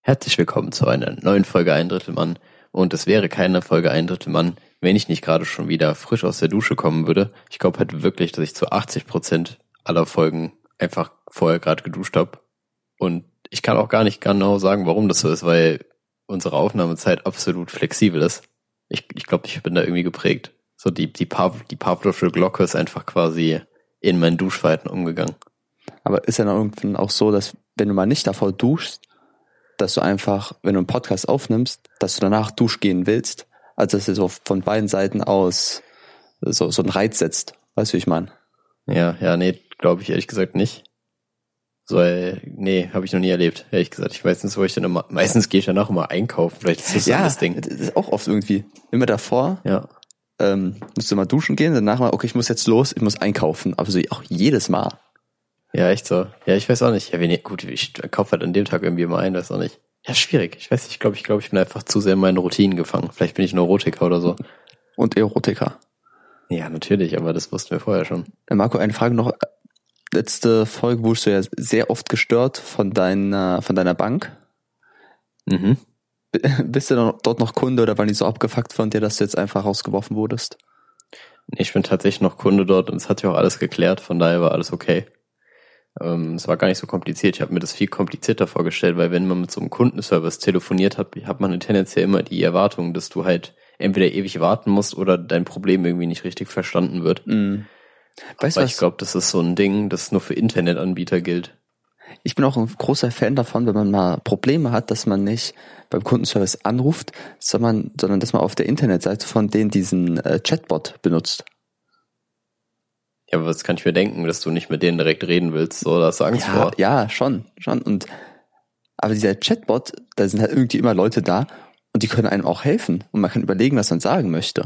Herzlich willkommen zu einer neuen Folge Ein Drittel Mann. Und es wäre keine Folge Ein Drittel Mann, wenn ich nicht gerade schon wieder frisch aus der Dusche kommen würde. Ich glaube halt wirklich, dass ich zu 80% aller Folgen einfach vorher gerade geduscht habe. Und ich kann auch gar nicht genau sagen, warum das so ist, weil unsere Aufnahmezeit absolut flexibel ist. Ich glaube, ich bin da irgendwie geprägt. So die Pavlovsche Glocke ist einfach quasi in mein Duschverhalten umgegangen. Aber ist ja noch irgendwann auch so, dass wenn du mal nicht davor duschst, dass du einfach, wenn du einen Podcast aufnimmst, dass du danach duschen willst, also dass du so von beiden Seiten aus so einen Reiz setzt. Weißt du, wie ich meine? Ja, nee, glaube ich ehrlich gesagt nicht. So, nee, habe ich noch nie erlebt, ehrlich gesagt. Ich weiß nicht, wo ich dann immer, meistens gehe ich danach immer einkaufen, vielleicht ist das so das Ding. Das ist auch oft irgendwie. Immer davor, musst du mal duschen gehen, danach mal, okay, ich muss jetzt los, ich muss einkaufen, aber so auch jedes Mal. Ja, echt so. Ja, ich weiß auch nicht. Ja, gut, ich kaufe halt an dem Tag irgendwie immer ein, weiß auch nicht. Ja, schwierig. Ich weiß nicht, ich glaube, ich bin einfach zu sehr in meinen Routinen gefangen. Vielleicht bin ich Neurotiker oder so. Und Erotiker. Ja, natürlich, aber das wussten wir vorher schon. Marco, eine Frage noch. Letzte Folge wurdest du ja sehr oft gestört von deiner Bank. Mhm. Bist du dort noch Kunde oder waren die so abgefuckt von dir, dass du jetzt einfach rausgeworfen wurdest? Nee, ich bin tatsächlich noch Kunde dort und es hat ja auch alles geklärt, von daher war alles okay. Es war gar nicht so kompliziert. Ich habe mir das viel komplizierter vorgestellt, weil wenn man mit so einem Kundenservice telefoniert hat man tendenziell immer die Erwartung, dass du halt entweder ewig warten musst oder dein Problem irgendwie nicht richtig verstanden wird. Mhm. Weißt du was? Ich glaube, das ist so ein Ding, das nur für Internetanbieter gilt. Ich bin auch ein großer Fan davon, wenn man mal Probleme hat, dass man nicht beim Kundenservice anruft, sondern dass man auf der Internetseite von denen diesen Chatbot benutzt. Ja, aber was kann ich mir denken, dass du nicht mit denen direkt reden willst, so, da hast du Angst vor? Ja, schon. Aber dieser Chatbot, da sind halt irgendwie immer Leute da und die können einem auch helfen und man kann überlegen, was man sagen möchte.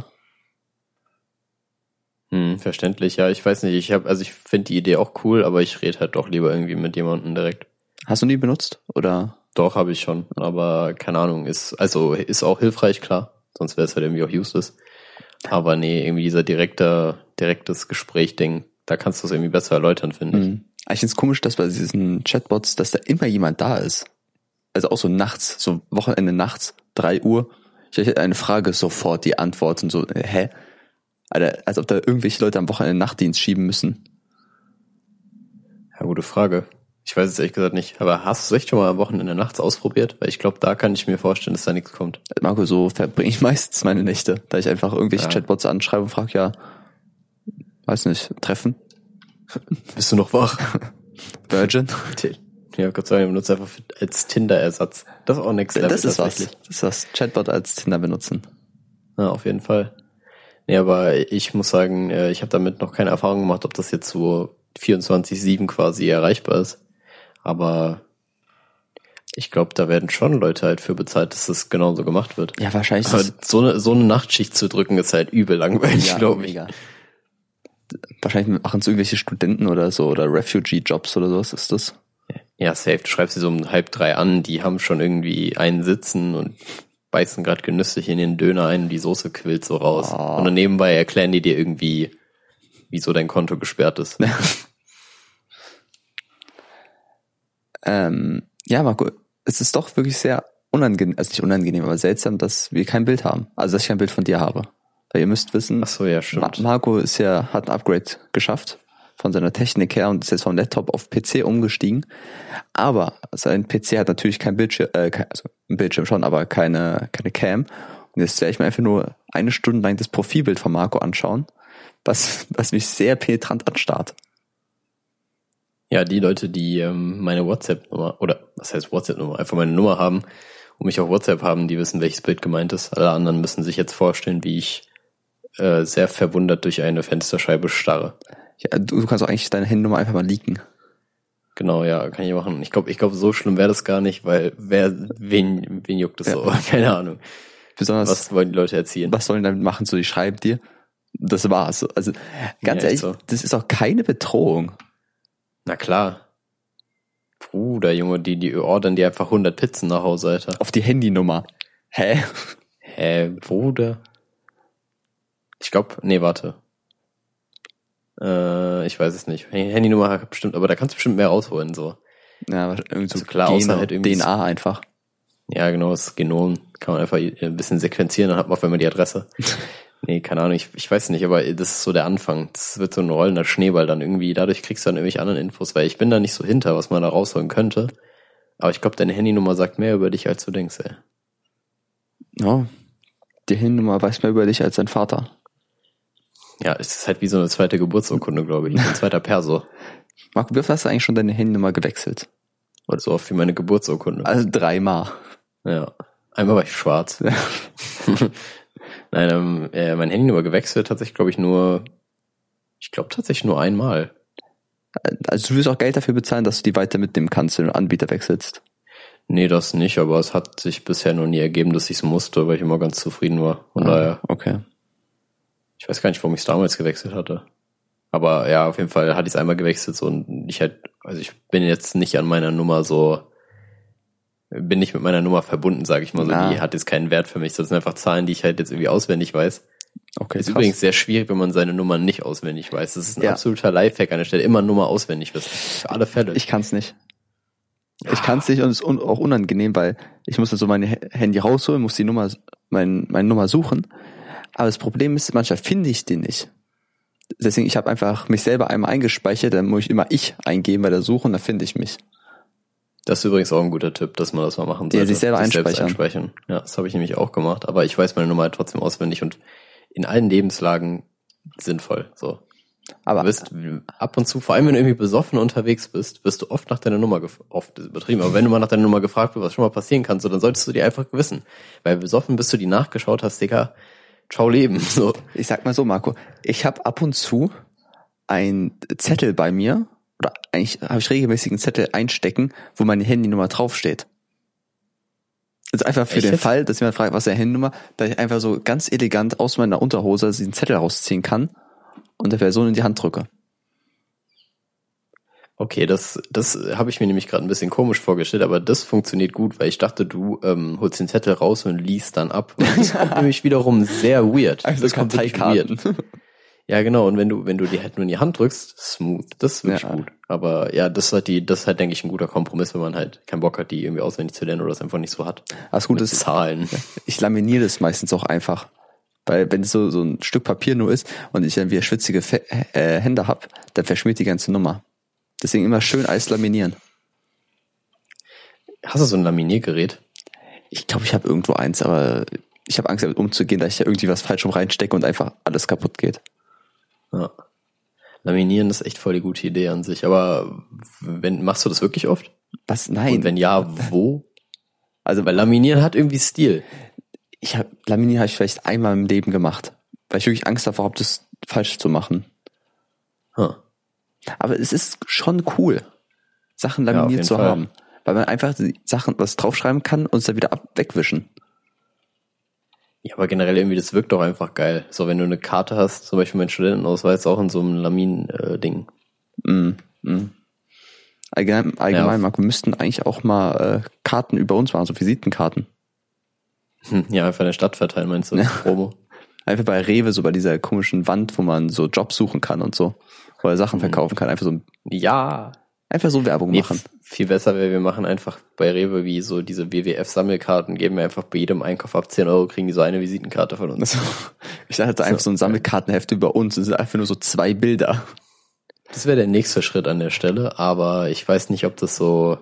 Verständlich, ja, ich weiß nicht, ich finde die Idee auch cool, aber ich rede halt doch lieber irgendwie mit jemandem direkt. Hast du nie benutzt, oder? Doch, habe ich schon, aber keine Ahnung, ist auch hilfreich, klar, sonst wäre es halt irgendwie auch useless. Aber nee, irgendwie dieser direktes Gespräch-Ding, da kannst du es irgendwie besser erläutern, finde ich. Ich finde es komisch, dass bei diesen Chatbots, dass da immer jemand da ist. Also auch so nachts, so Wochenende nachts, 3 Uhr. Ich hätte eine Frage, sofort die Antwort und so, hä? Alter, als ob da irgendwelche Leute am Wochenende Nachtdienst schieben müssen. Ja, gute Frage. Ich weiß es ehrlich gesagt nicht. Aber hast du es echt schon mal am Wochenende nachts ausprobiert? Weil ich glaube, da kann ich mir vorstellen, dass da nichts kommt. Marco, so verbringe ich meistens meine Nächte, da ich einfach irgendwelche Chatbots anschreibe und frage, ja, weiß nicht, Treffen? Bist du noch wach? Virgin? Ja, Gott sei Dank, benutzt einfach als Tinder-Ersatz. Das ist auch next level. Das ist was. Chatbot als Tinder benutzen. Ja, auf jeden Fall. Nee, aber ich muss sagen, ich habe damit noch keine Erfahrung gemacht, ob das jetzt so 24/7 quasi erreichbar ist. Aber ich glaube, da werden schon Leute halt für bezahlt, dass das genauso gemacht wird. Ja, wahrscheinlich. Aber so eine Nachtschicht zu drücken, ist halt übel langweilig, glaube ich. Mega. Wahrscheinlich machen es irgendwelche Studenten oder so oder Refugee-Jobs oder sowas ist das. Ja, safe. Du schreibst sie so um 2:30 an, die haben schon irgendwie einen sitzen und beißen gerade genüsslich in den Döner ein und die Soße quillt so raus. Und dann nebenbei erklären die dir irgendwie, wieso dein Konto gesperrt ist. Ja, Marco, es ist doch wirklich sehr unangenehm, also nicht unangenehm, aber seltsam, dass wir kein Bild haben. Also, dass ich kein Bild von dir habe. Weil ihr müsst wissen, ach so, ja, stimmt. Marco hat ein Upgrade geschafft von seiner Technik her und ist jetzt vom Laptop auf PC umgestiegen. Aber sein PC hat natürlich kein Bildschirm, also ein Bildschirm schon, aber keine Cam. Und jetzt werde ich mir einfach nur 1 Stunde lang das Profilbild von Marco anschauen, was mich sehr penetrant anstarrt. Ja, die Leute, die meine WhatsApp-Nummer, oder was heißt WhatsApp-Nummer, einfach meine Nummer haben und mich auf WhatsApp haben, die wissen, welches Bild gemeint ist. Alle anderen müssen sich jetzt vorstellen, wie ich sehr verwundert durch eine Fensterscheibe starre. Ja, du kannst auch eigentlich deine Handynummer einfach mal leaken. Genau, ja, kann ich machen. Ich glaube, so schlimm wäre das gar nicht, weil wen juckt das so? Keine Ahnung. Besonders, was wollen die Leute erzielen? Was sollen die damit machen? So, die schreiben dir. Das war's. Also, ganz ehrlich, so. Das ist auch keine Bedrohung. Na klar. Bruder, Junge, die ordern dir einfach 100 Pizzen nach Hause, Alter. Auf die Handynummer. Hä, Bruder? Ich glaube, nee, warte. Ich weiß es nicht. Handynummer bestimmt, aber da kannst du bestimmt mehr rausholen, so. Ja, aber irgendwie so also klar, außer halt irgendwie DNA einfach. Ja, genau, das Genom kann man einfach ein bisschen sequenzieren, dann hat man auf einmal die Adresse. Nee, keine Ahnung, ich weiß nicht, aber das ist so der Anfang. Das wird so ein rollender Schneeball dann irgendwie. Dadurch kriegst du dann irgendwelche anderen Infos, weil ich bin da nicht so hinter, was man da rausholen könnte. Aber ich glaube, deine Handynummer sagt mehr über dich, als du denkst, ey. Ja, die Handynummer weiß mehr über dich als dein Vater. Ja, es ist halt wie so eine zweite Geburtsurkunde, glaube ich. Ein zweiter Perso. Marco, wie oft hast du eigentlich schon deine Handynummer gewechselt? Oder so oft wie meine Geburtsurkunde. Also 3-mal. Ja. Einmal war ich schwarz. Ja. Nein, meine Handynummer gewechselt tatsächlich, glaube ich, nur einmal. Also du willst auch Geld dafür bezahlen, dass du die weiter mitnehmen kannst, wenn du Anbieter wechselst? Nee, das nicht, aber es hat sich bisher noch nie ergeben, dass ich es musste, weil ich immer ganz zufrieden war. Von daher. Okay. Ich weiß gar nicht, warum ich es damals gewechselt hatte. Aber ja, auf jeden Fall hatte ich es einmal gewechselt so, und ich bin jetzt nicht an meiner Nummer bin nicht mit meiner Nummer verbunden, sage ich mal so. Die hat jetzt keinen Wert für mich. Das sind einfach Zahlen, die ich halt jetzt irgendwie auswendig weiß. Okay. Ist übrigens sehr schwierig, wenn man seine Nummer nicht auswendig weiß. Das ist ein absoluter Lifehack an der Stelle. Immer Nummer auswendig wissen. Für alle Fälle. Ich kann's nicht. Ich kann's nicht und es ist auch unangenehm, weil ich muss dann so mein Handy rausholen, muss die Nummer, meine Nummer suchen. Aber das Problem ist, manchmal finde ich die nicht. Deswegen, ich habe einfach mich selber einmal eingespeichert, dann muss ich immer eingeben bei der Suche und dann finde ich mich. Das ist übrigens auch ein guter Tipp, dass man das mal machen sollte. Ja, sich selber einspeichern. Ja, das habe ich nämlich auch gemacht. Aber ich weiß meine Nummer halt trotzdem auswendig und in allen Lebenslagen sinnvoll. So. Aber du wirst ab und zu, vor allem wenn du irgendwie besoffen unterwegs bist, wirst du oft nach deiner Nummer oft übertrieben. Aber wenn du mal nach deiner Nummer gefragt wirst, was schon mal passieren kann, so, dann solltest du dir einfach wissen. Weil besoffen, bis du die nachgeschaut hast, Digga, ciao Leben. So. Ich sag mal so, Marco, ich habe ab und zu einen Zettel bei mir, oder eigentlich habe ich regelmäßig einen Zettel einstecken, wo meine Handynummer draufsteht. Also einfach für den Fall, dass jemand fragt, was ist der Handynummer, dass ich einfach so ganz elegant aus meiner Unterhose diesen Zettel rausziehen kann und der Person in die Hand drücke. Okay, das habe ich mir nämlich gerade ein bisschen komisch vorgestellt, aber das funktioniert gut, weil ich dachte, du holst den Zettel raus und liest dann ab. Und das kommt nämlich wiederum sehr weird. Also das kommt wirklich weird. Ja, genau, und wenn du die halt nur in die Hand drückst, smooth, das ist wirklich gut. Aber ja, das ist halt, denke ich, ein guter Kompromiss, wenn man halt keinen Bock hat, die irgendwie auswendig zu lernen oder es einfach nicht so hat. Das Gute ist, Zahlen. Ich laminiere das meistens auch einfach. Weil wenn es so ein Stück Papier nur ist und ich dann wieder schwitzige Hände hab, dann verschmiert die ganze Nummer. Deswegen immer schön Eis laminieren. Hast du so ein Laminiergerät? Ich glaube, ich habe irgendwo eins, aber ich habe Angst, damit umzugehen, dass ich da irgendwie was falsch rum reinstecke und einfach alles kaputt geht. Ja. Laminieren ist echt voll die gute Idee an sich. Aber machst du das wirklich oft? Was? Nein. Und wenn ja, wo? Also, weil Laminieren hat irgendwie Stil. Laminieren habe ich vielleicht einmal im Leben gemacht. Weil ich wirklich Angst davor habe, das falsch zu machen. Aber es ist schon cool, Sachen laminiert zu haben. Weil man einfach die Sachen was draufschreiben kann und es dann wieder wegwischen. Ja, aber generell irgendwie, das wirkt doch einfach geil. So, wenn du eine Karte hast, zum Beispiel mein Studentenausweis auch in so einem Lamin-Ding. Allgemein, Marc, wir müssten eigentlich auch mal Karten über uns machen, so Visitenkarten. Ja, einfach in der Stadt verteilen, meinst du? Promo. Einfach bei Rewe, so bei dieser komischen Wand, wo man so Jobs suchen kann und so. Wo er Sachen verkaufen kann. Einfach so. Ja. Einfach so Werbung machen. Viel besser wäre, wir machen einfach bei Rewe wie so diese WWF-Sammelkarten, geben wir einfach bei jedem Einkauf ab 10 Euro, kriegen die so eine Visitenkarte von uns. Ich dachte einfach so ein Sammelkartenheft über uns, das sind einfach nur so 2 Bilder. Das wäre der nächste Schritt an der Stelle, aber ich weiß nicht, ob das so,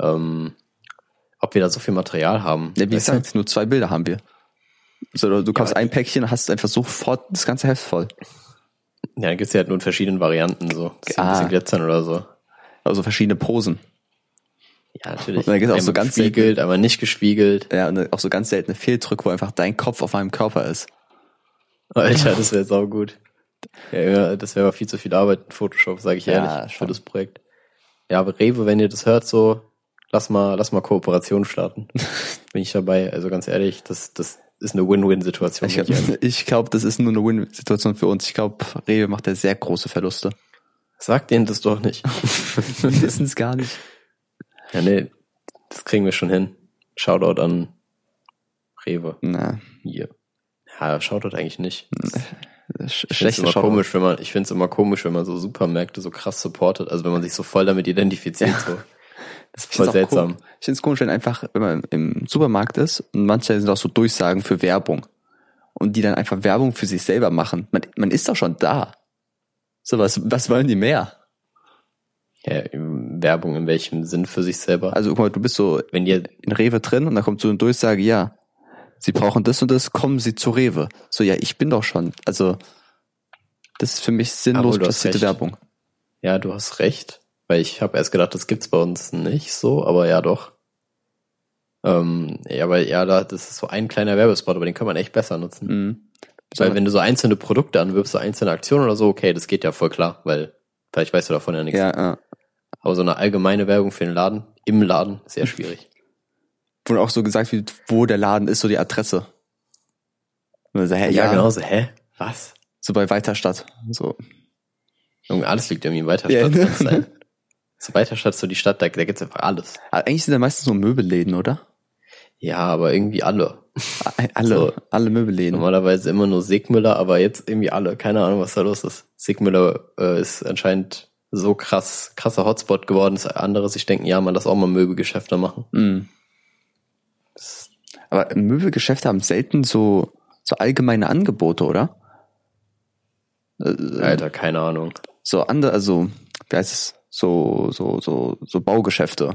ob wir da so viel Material haben. Ja, wie gesagt, nur 2 Bilder haben wir. So, du kaufst ein Päckchen und hast einfach sofort das ganze Heft voll. Ja, dann gibt's ja halt nur in verschiedenen Varianten, so. Ein bisschen glitzern oder so. Also verschiedene Posen. Ja, natürlich. Und dann gibt's auch so ganz gespiegelt, aber nicht gespiegelt. Ja, und auch so ganz seltene Fehldrücke, wo einfach dein Kopf auf meinem Körper ist. Alter, das wäre saugut. Ja, das wäre aber viel zu viel Arbeit in Photoshop, sage ich ehrlich, für das Projekt. Ja, aber Rewe, wenn ihr das hört, so, lass mal Kooperation starten. Bin ich dabei, also ganz ehrlich, das ist eine Win-Win-Situation. Ich glaube, das ist nur eine Win-Situation für uns. Ich glaube, Rewe macht ja sehr große Verluste. Sag denen das doch nicht. Wir wissen es gar nicht. Ja, nee, das kriegen wir schon hin. Shoutout an Rewe. Na. Hier. Ja, Shoutout eigentlich nicht. Ich finde es immer komisch, wenn man so Supermärkte so krass supportet, also wenn man sich so voll damit identifiziert. So. Voll seltsam. Ich finde es komisch, wenn einfach, wenn man im Supermarkt ist und manche sind auch so Durchsagen für Werbung und die dann einfach Werbung für sich selber machen. Man ist doch schon da. So, was wollen die mehr? Ja, Werbung in welchem Sinn für sich selber? Also guck mal, du bist so wenn ihr in Rewe drin und dann kommt so eine Durchsage, ja, Sie brauchen das und das, kommen Sie zu Rewe. So, ja, ich bin doch schon. Also, das ist für mich sinnlos platzierte Werbung. Ja, du hast recht. Weil ich habe erst gedacht, das gibt's bei uns nicht so, aber ja doch. Ja, aber ja, das ist so ein kleiner Werbespot, aber den kann man echt besser nutzen. Mhm. Weil wenn du so einzelne Produkte anwirbst, so einzelne Aktionen oder so, okay, das geht ja voll klar, weil vielleicht weißt du davon ja nichts. Ja. Aber so eine allgemeine Werbung für den Laden, im Laden, sehr schwierig. Wo auch so gesagt wird, wo der Laden ist, so die Adresse. Und dann so, Ja, genau so, was? So bei Weiterstadt. So. Junge, alles liegt irgendwie in Weiterstadt. Ja, Kann sein. So Weiterstadt, so die Stadt, da gibt's einfach alles. Aber eigentlich sind da meistens so Möbelläden, oder? Ja, aber irgendwie alle. Alle Möbelläden. Normalerweise immer nur Sigmüller, aber jetzt irgendwie alle. Keine Ahnung, was da los ist. Sigmüller ist anscheinend so krasser Hotspot geworden, dass andere sich denken, ja, man, lass auch mal Möbelgeschäfte machen. Mhm. Aber Möbelgeschäfte haben selten so allgemeine Angebote, oder? Alter, keine Ahnung. So andere, also, wie heißt es? So Baugeschäfte.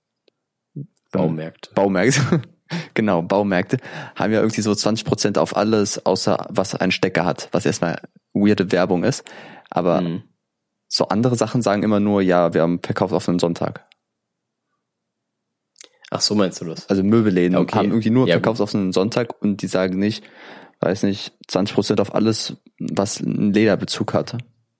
Baumärkte. Genau, Baumärkte haben ja irgendwie so 20% auf alles, außer was ein Stecker hat, was erstmal weirde Werbung ist. Aber so andere Sachen sagen immer nur, ja, wir haben verkauft auf einen Sonntag. Ach so, meinst du das? Also Möbelläden okay. haben irgendwie nur ja, verkauft auf einen Sonntag und die sagen nicht, 20% auf alles, was einen Lederbezug hatte.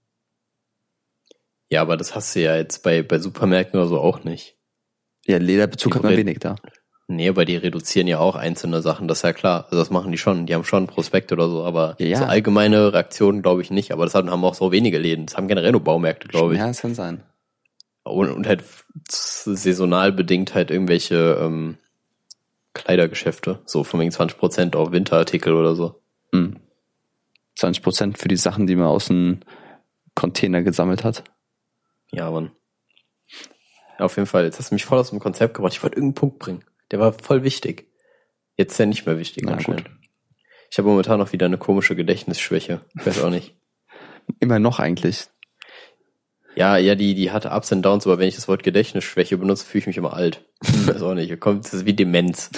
Ja, aber das hast du ja jetzt bei Supermärkten oder so auch nicht. Ja, Lederbezug hat man wenig da. Nee, aber die reduzieren ja auch einzelne Sachen, das ist ja klar. Also das machen die schon. Die haben schon einen Prospekt oder so, aber so allgemeine Reaktionen glaube ich nicht. Aber das haben auch so wenige Läden. Das haben generell nur Baumärkte, glaube ich. Ja, das kann sein. Und halt saisonal bedingt halt irgendwelche Kleidergeschäfte. So von wegen 20% auf Winterartikel oder so. 20% für die Sachen, die man aus dem Container gesammelt hat. Ja, Mann. Auf jeden Fall, jetzt hast du mich voll aus dem Konzept gebracht. Ich wollte irgendeinen Punkt bringen. Der war voll wichtig. Jetzt ist er nicht mehr wichtig. Na gut. Ich habe momentan noch wieder eine komische Gedächtnisschwäche. Ich weiß auch nicht. Immer noch eigentlich. Ja, die hatte Ups und Downs, aber wenn ich das Wort Gedächtnisschwäche benutze, fühle ich mich immer alt. Ich weiß auch nicht. Das ist wie Demenz.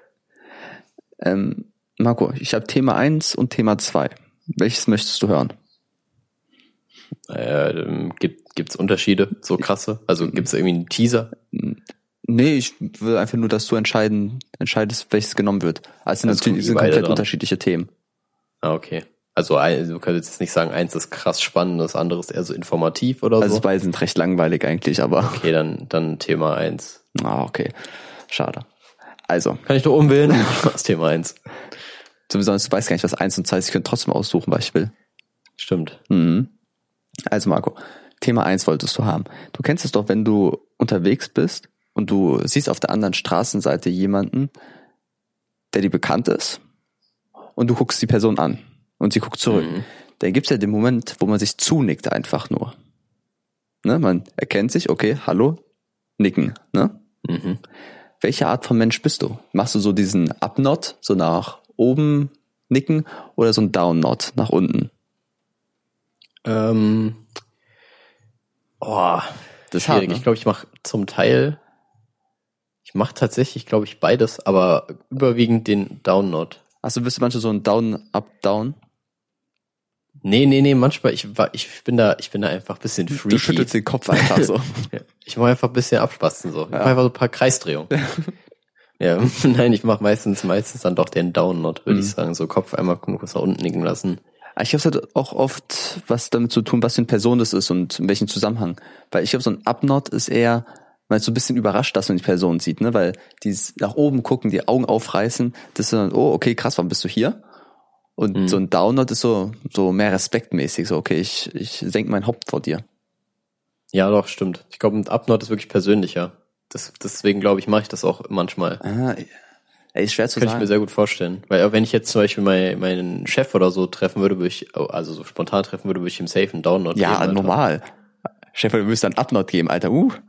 Marco, ich habe Thema 1 und Thema 2. Welches möchtest du hören? Gibt's Unterschiede, so krasse? Also gibt's irgendwie einen Teaser? Nee, ich will einfach nur, dass du entscheidest, welches genommen wird. Also natürlich sind komplett unterschiedliche Themen. Ah, okay. Also du könntest jetzt nicht sagen, eins ist krass spannend, das andere ist eher so informativ oder so? Also beide sind recht langweilig eigentlich, aber... Okay, dann Thema 1. Ah, okay. Schade. Also. Kann ich doch umwählen? Ich mach's Thema 1. Sowieso, du weißt gar nicht, was 1 und 2 ist. Ich könnte trotzdem aussuchen, was ich will. Stimmt. Also Marco, Thema 1 wolltest du haben. Du kennst es doch, wenn du unterwegs bist und du siehst auf der anderen Straßenseite jemanden, der dir bekannt ist und du guckst die Person an und sie guckt zurück. Dann gibt's ja den Moment, wo man sich zunickt einfach nur. Ne? Man erkennt sich, okay, hallo, nicken. Ne? Welche Art von Mensch bist du? Machst du so diesen Up-Nod, so nach oben nicken oder so ein Down-Nod nach unten? Das ist schwierig. Hart, ne? Ich glaube, ich mache zum Teil, tatsächlich, glaube ich, beides, aber überwiegend den Down-Nod. Achso, bist du manchmal so ein Down, Up, Down? Nee, manchmal, ich bin da einfach ein bisschen freaky. Du schüttelst den Kopf einfach so. Ich mache einfach ein bisschen abspatzen so. Ich mache einfach so ein paar Kreisdrehungen. Ja, nein, ich mache meistens dann doch den Down-Nod, würde ich sagen. So Kopf einmal kurz nach unten nicken lassen. Ich glaube, es hat auch oft was damit zu tun, was für eine Person das ist und in welchem Zusammenhang. Weil ich glaube, so ein Up-Nod ist eher, man ist so ein bisschen überrascht, dass man die Person sieht, ne? Weil die nach oben gucken, die Augen aufreißen, das ist dann, oh, okay, krass, warum bist du hier? Und so ein Down-Nod ist so mehr respektmäßig, so, okay, ich senke mein Haupt vor dir. Ja, doch, stimmt. Ich glaube, ein Up-Nod ist wirklich persönlicher. Deswegen, glaube ich, mache ich das auch manchmal. Ist schwer zu sagen. Kann ich mir sehr gut vorstellen. Weil wenn ich jetzt zum Beispiel meinen Chef oder so treffen würde, würde ich ihm safe einen Down-Nod geben. Ja, normal. Chef, du müsst einen Up-Nod geben, Alter.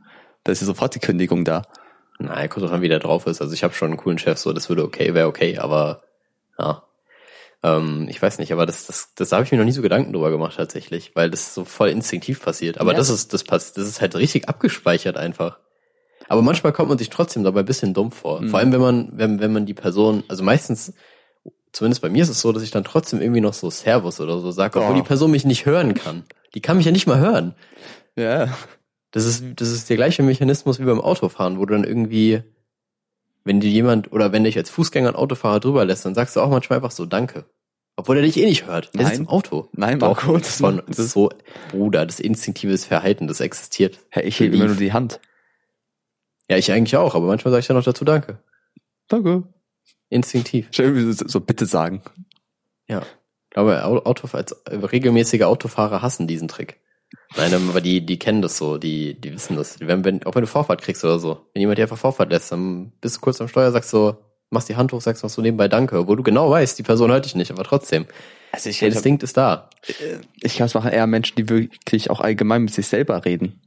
Da ist ja sofort die Kündigung da. Na, kommt doch an, wie der drauf ist. Also ich habe schon einen coolen Chef, so das wäre okay, aber ja. Ich weiß nicht, aber das habe ich mir noch nie so Gedanken drüber gemacht tatsächlich, weil das so voll instinktiv passiert. Aber das ist halt richtig abgespeichert einfach. Aber manchmal kommt man sich trotzdem dabei ein bisschen dumm vor. Vor allem, wenn man die Person, also meistens, zumindest bei mir ist es so, dass ich dann trotzdem irgendwie noch so Servus oder so sage, obwohl die Person mich nicht hören kann. Die kann mich ja nicht mal hören. Ja. Das ist der gleiche Mechanismus wie beim Autofahren, wo du dann irgendwie, wenn dir jemand oder wenn dich als Fußgänger ein Autofahrer drüber lässt, dann sagst du auch manchmal einfach so Danke. Obwohl er dich eh nicht hört. Er sitzt im Auto. Nein, Marco. Das ist so, Bruder, das instinktives Verhalten, das existiert. Hey, ich hebe immer nur die Hand. Ja, ich eigentlich auch, aber manchmal sage ich dann noch dazu Danke. Danke. Instinktiv. Schön, so bitte sagen. Ja. Ich glaube, regelmäßige Autofahrer hassen diesen Trick. Nein, aber die kennen das so, die wissen das. Auch wenn du Vorfahrt kriegst oder so. Wenn jemand dir einfach Vorfahrt lässt, dann bist du kurz am Steuer, sagst so, machst die Hand hoch, sagst noch so nebenbei Danke, obwohl du genau weißt, die Person hört dich nicht, aber trotzdem. Also der Instinkt ist da. Ich glaube, es machen eher Menschen, die wirklich auch allgemein mit sich selber reden.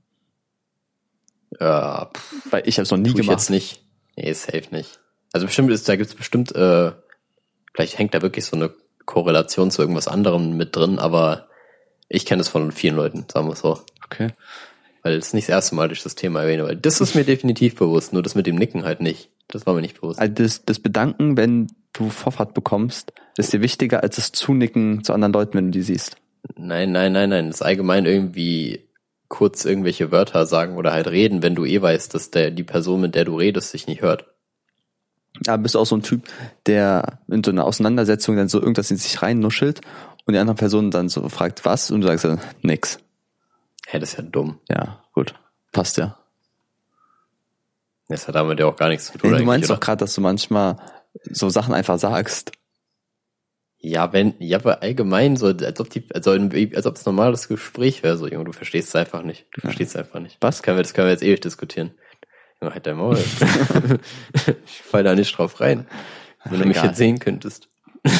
Ja, weil ich habe es noch nie gemacht. Jetzt nicht. Nee, safe nicht. Also da gibt's bestimmt, vielleicht hängt da wirklich so eine Korrelation zu irgendwas anderem mit drin, aber ich kenne es von vielen Leuten, sagen wir es so. Okay. Weil es nicht das erste Mal, dass ich das Thema erwähne, weil das ist mir definitiv bewusst, nur das mit dem Nicken halt nicht. Das war mir nicht bewusst. Also das Bedanken, wenn du Vorfahrt bekommst, ist dir wichtiger als das Zunicken zu anderen Leuten, wenn du die siehst. Nein. Das ist allgemein irgendwie kurz irgendwelche Wörter sagen oder halt reden, wenn du weißt, dass die Person, mit der du redest, sich nicht hört. Aber bist du auch so ein Typ, der in so einer Auseinandersetzung dann so irgendwas in sich reinnuschelt und die andere Person dann so fragt, was? Und du sagst dann, nix. Hä, das ist ja dumm. Ja, gut. Passt ja. Das hat damit ja auch gar nichts zu tun. Du meinst doch gerade, dass du manchmal so Sachen einfach sagst. Ja, aber allgemein so, als ob es normales Gespräch wäre, so, Junge, du verstehst es einfach nicht. Was? Das können wir jetzt ewig diskutieren. Junge, halt dein Maul. Ich fall da nicht drauf rein. Wenn du mich jetzt sehen könntest.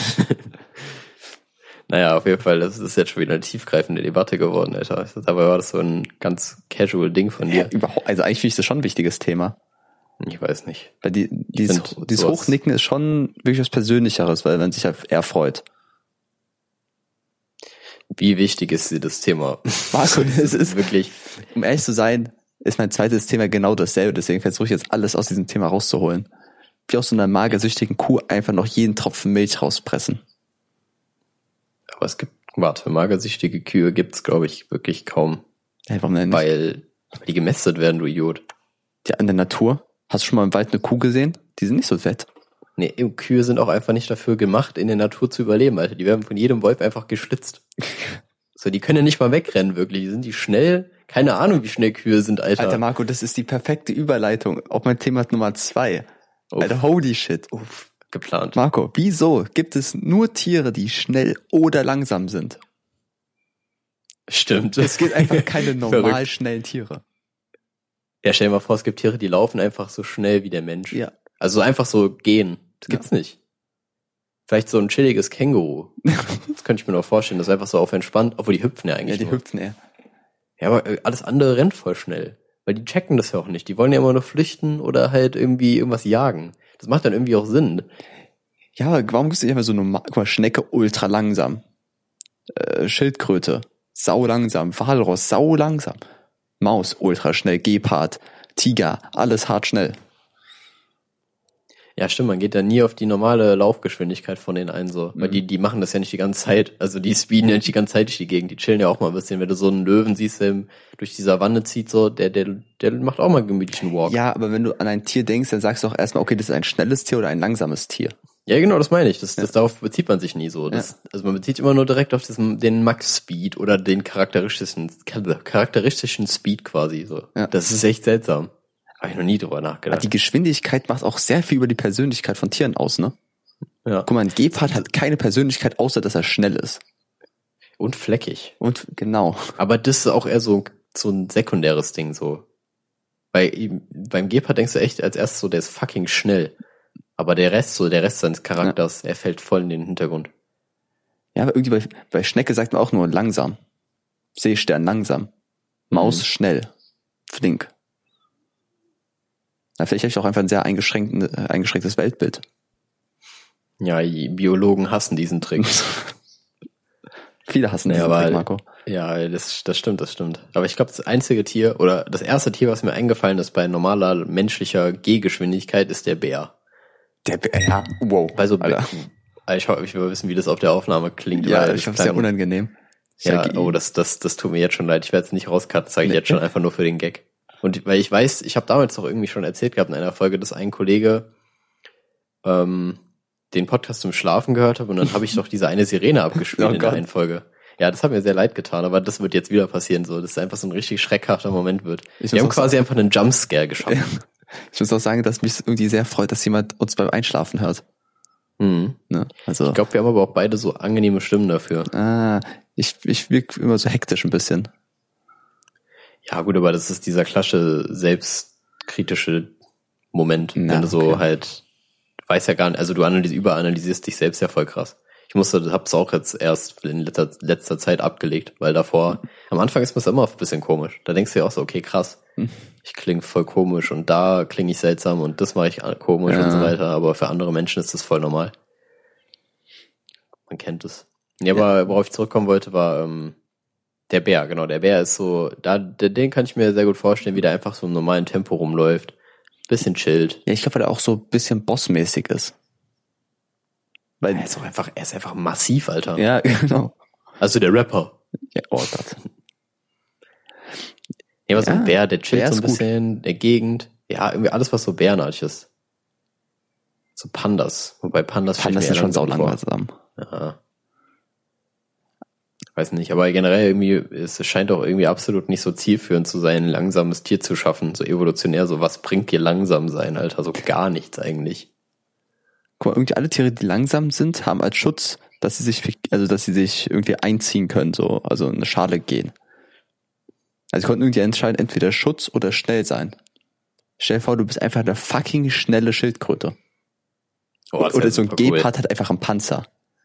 Naja, auf jeden Fall, das ist jetzt schon wieder eine tiefgreifende Debatte geworden, Alter. Dabei war das so ein ganz casual Ding von dir. Ja, überhaupt, also eigentlich finde ich das schon ein wichtiges Thema. Ich weiß nicht. Weil dieses Hochnicken ist schon wirklich was Persönlicheres, weil man sich ja eher freut. Wie wichtig ist dir das Thema? Marco, es ist wirklich, um ehrlich zu sein, ist mein zweites Thema genau dasselbe. Deswegen versuche ich jetzt alles aus diesem Thema rauszuholen. Wie aus so einer magersüchtigen Kuh einfach noch jeden Tropfen Milch rauspressen. Aber es gibt, magersüchtige Kühe gibt's, glaube ich, wirklich kaum. Hey, warum denn nicht? Weil die gemästet werden, du Idiot. Ja, in der Natur. Hast du schon mal im Wald eine Kuh gesehen? Die sind nicht so fett. Nee, Kühe sind auch einfach nicht dafür gemacht, in der Natur zu überleben, Alter. Die werden von jedem Wolf einfach geschlitzt. So, die können ja nicht mal wegrennen, wirklich. Sind die schnell? Keine Ahnung, wie schnell Kühe sind, Alter. Alter, Marco, das ist die perfekte Überleitung auf mein Thema Nummer 2. Uff. Alter, holy shit. Uff, geplant. Marco, wieso gibt es nur Tiere, die schnell oder langsam sind? Stimmt. Es gibt einfach keine normal schnellen Tiere. Ja, stell dir mal vor, es gibt Tiere, die laufen einfach so schnell wie der Mensch. Ja. Also einfach so gehen. Das gibt's nicht. Vielleicht so ein chilliges Känguru. Das könnte ich mir noch vorstellen. Das ist einfach so auf entspannt, obwohl die hüpfen ja eigentlich. Ja, die hüpfen eher. Ja, aber alles andere rennt voll schnell. Weil die checken das ja auch nicht. Die wollen ja immer nur flüchten oder halt irgendwie irgendwas jagen. Das macht dann irgendwie auch Sinn. Ja, aber warum gibt's nicht einfach so normal? Guck mal, Schnecke ultra langsam. Schildkröte, sau langsam. Walross, sau langsam. Maus, ultra schnell. Gepard, Tiger, alles hart schnell. Ja, stimmt, man geht da nie auf die normale Laufgeschwindigkeit von denen ein, so. Weil die machen das ja nicht die ganze Zeit. Also die speeden ja nicht die ganze Zeit durch die Gegend. Die chillen ja auch mal ein bisschen. Wenn du so einen Löwen siehst, der durch die Savanne zieht, so, der macht auch mal einen gemütlichen Walk. Ja, aber wenn du an ein Tier denkst, dann sagst du auch erstmal, okay, das ist ein schnelles Tier oder ein langsames Tier. Ja, genau, das meine ich. Darauf bezieht man sich nie so. Also man bezieht immer nur direkt auf den Max-Speed oder den charakteristischen Speed quasi, so. Ja. Das ist echt seltsam. Habe ich noch nie drüber nachgedacht. Die Geschwindigkeit macht auch sehr viel über die Persönlichkeit von Tieren aus, ne? Ja. Guck mal, ein Gepard hat keine Persönlichkeit, außer dass er schnell ist. Und fleckig. Und genau. Aber das ist auch eher so ein sekundäres Ding, so. Beim Gepard denkst du echt als erstes so, der ist fucking schnell. Aber der Rest seines Charakters, er fällt voll in den Hintergrund. Ja, aber irgendwie bei Schnecke sagt man auch nur langsam. Seestern langsam. Maus schnell. Flink. Na, vielleicht habe ich auch einfach ein sehr eingeschränktes Weltbild. Ja, die Biologen hassen diesen Trick. Viele hassen diesen Trick, Marco. Ja, das stimmt. Aber ich glaube, das einzige Tier oder das erste Tier, was mir eingefallen ist bei normaler menschlicher Gehgeschwindigkeit, ist der Bär. Der Bär, ja, wow. Bei so ich will wissen, wie das auf der Aufnahme klingt. Ja, ich glaube, es ist sehr unangenehm. Ja, das tut mir jetzt schon leid. Ich werde es nicht rauscutten, das sage ich jetzt schon einfach nur für den Gag. Und weil ich weiß, ich habe damals doch irgendwie schon erzählt gehabt in einer Folge, dass ein Kollege den Podcast zum Schlafen gehört hat und dann habe ich doch diese eine Sirene abgespielt in der einen Folge. Ja, das hat mir sehr leid getan, aber das wird jetzt wieder passieren, so, dass es einfach so ein richtig schreckhafter Moment wird. Wir haben quasi einfach einen Jumpscare geschaffen. Ja. Ich muss auch sagen, dass mich irgendwie sehr freut, dass jemand uns beim Einschlafen hört. Mhm. Ne? Also, ich glaube, wir haben aber auch beide so angenehme Stimmen dafür. Ich wirke immer so hektisch ein bisschen. Ja gut, aber das ist dieser klassische selbstkritische Moment, wenn du so halt, weiß ja gar nicht, also du überanalysierst dich selbst ja voll krass. Hab's auch jetzt erst in letzter Zeit abgelegt, weil davor, am Anfang ist mir das immer ein bisschen komisch. Da denkst du ja auch so, okay, krass, ich klinge voll komisch und da klinge ich seltsam und das mache ich komisch und so weiter, aber für andere Menschen ist das voll normal. Man kennt es. Ja, aber worauf ich zurückkommen wollte, war der Bär, genau. Der Bär ist so, den kann ich mir sehr gut vorstellen, wie der einfach so im normalen Tempo rumläuft. Bisschen chillt. Ja, ich glaube, weil er auch so ein bisschen bossmäßig ist. Weil er ist einfach massiv, Alter. Ja, genau. Also der Rapper. Ja, oh Gott. Ja, aber so ein Bär, der chillt Bär so ein bisschen in der Gegend. Ja, irgendwie alles, was so bärenartig ist. So Pandas. Wobei Pandas sind schon saulangsam. Ja. Weiß nicht, aber generell irgendwie, es scheint auch irgendwie absolut nicht so zielführend zu sein, ein langsames Tier zu schaffen, so evolutionär, so was bringt dir langsam sein, Alter, so gar nichts eigentlich. Guck mal, irgendwie alle Tiere, die langsam sind, haben als Schutz, dass sie sich irgendwie einziehen können, so, also eine Schale gehen. Also sie konnten irgendwie entscheiden, entweder Schutz oder schnell sein. Stell dir vor, du bist einfach eine fucking schnelle Schildkröte. Oder so ein Gepard hat einfach einen Panzer.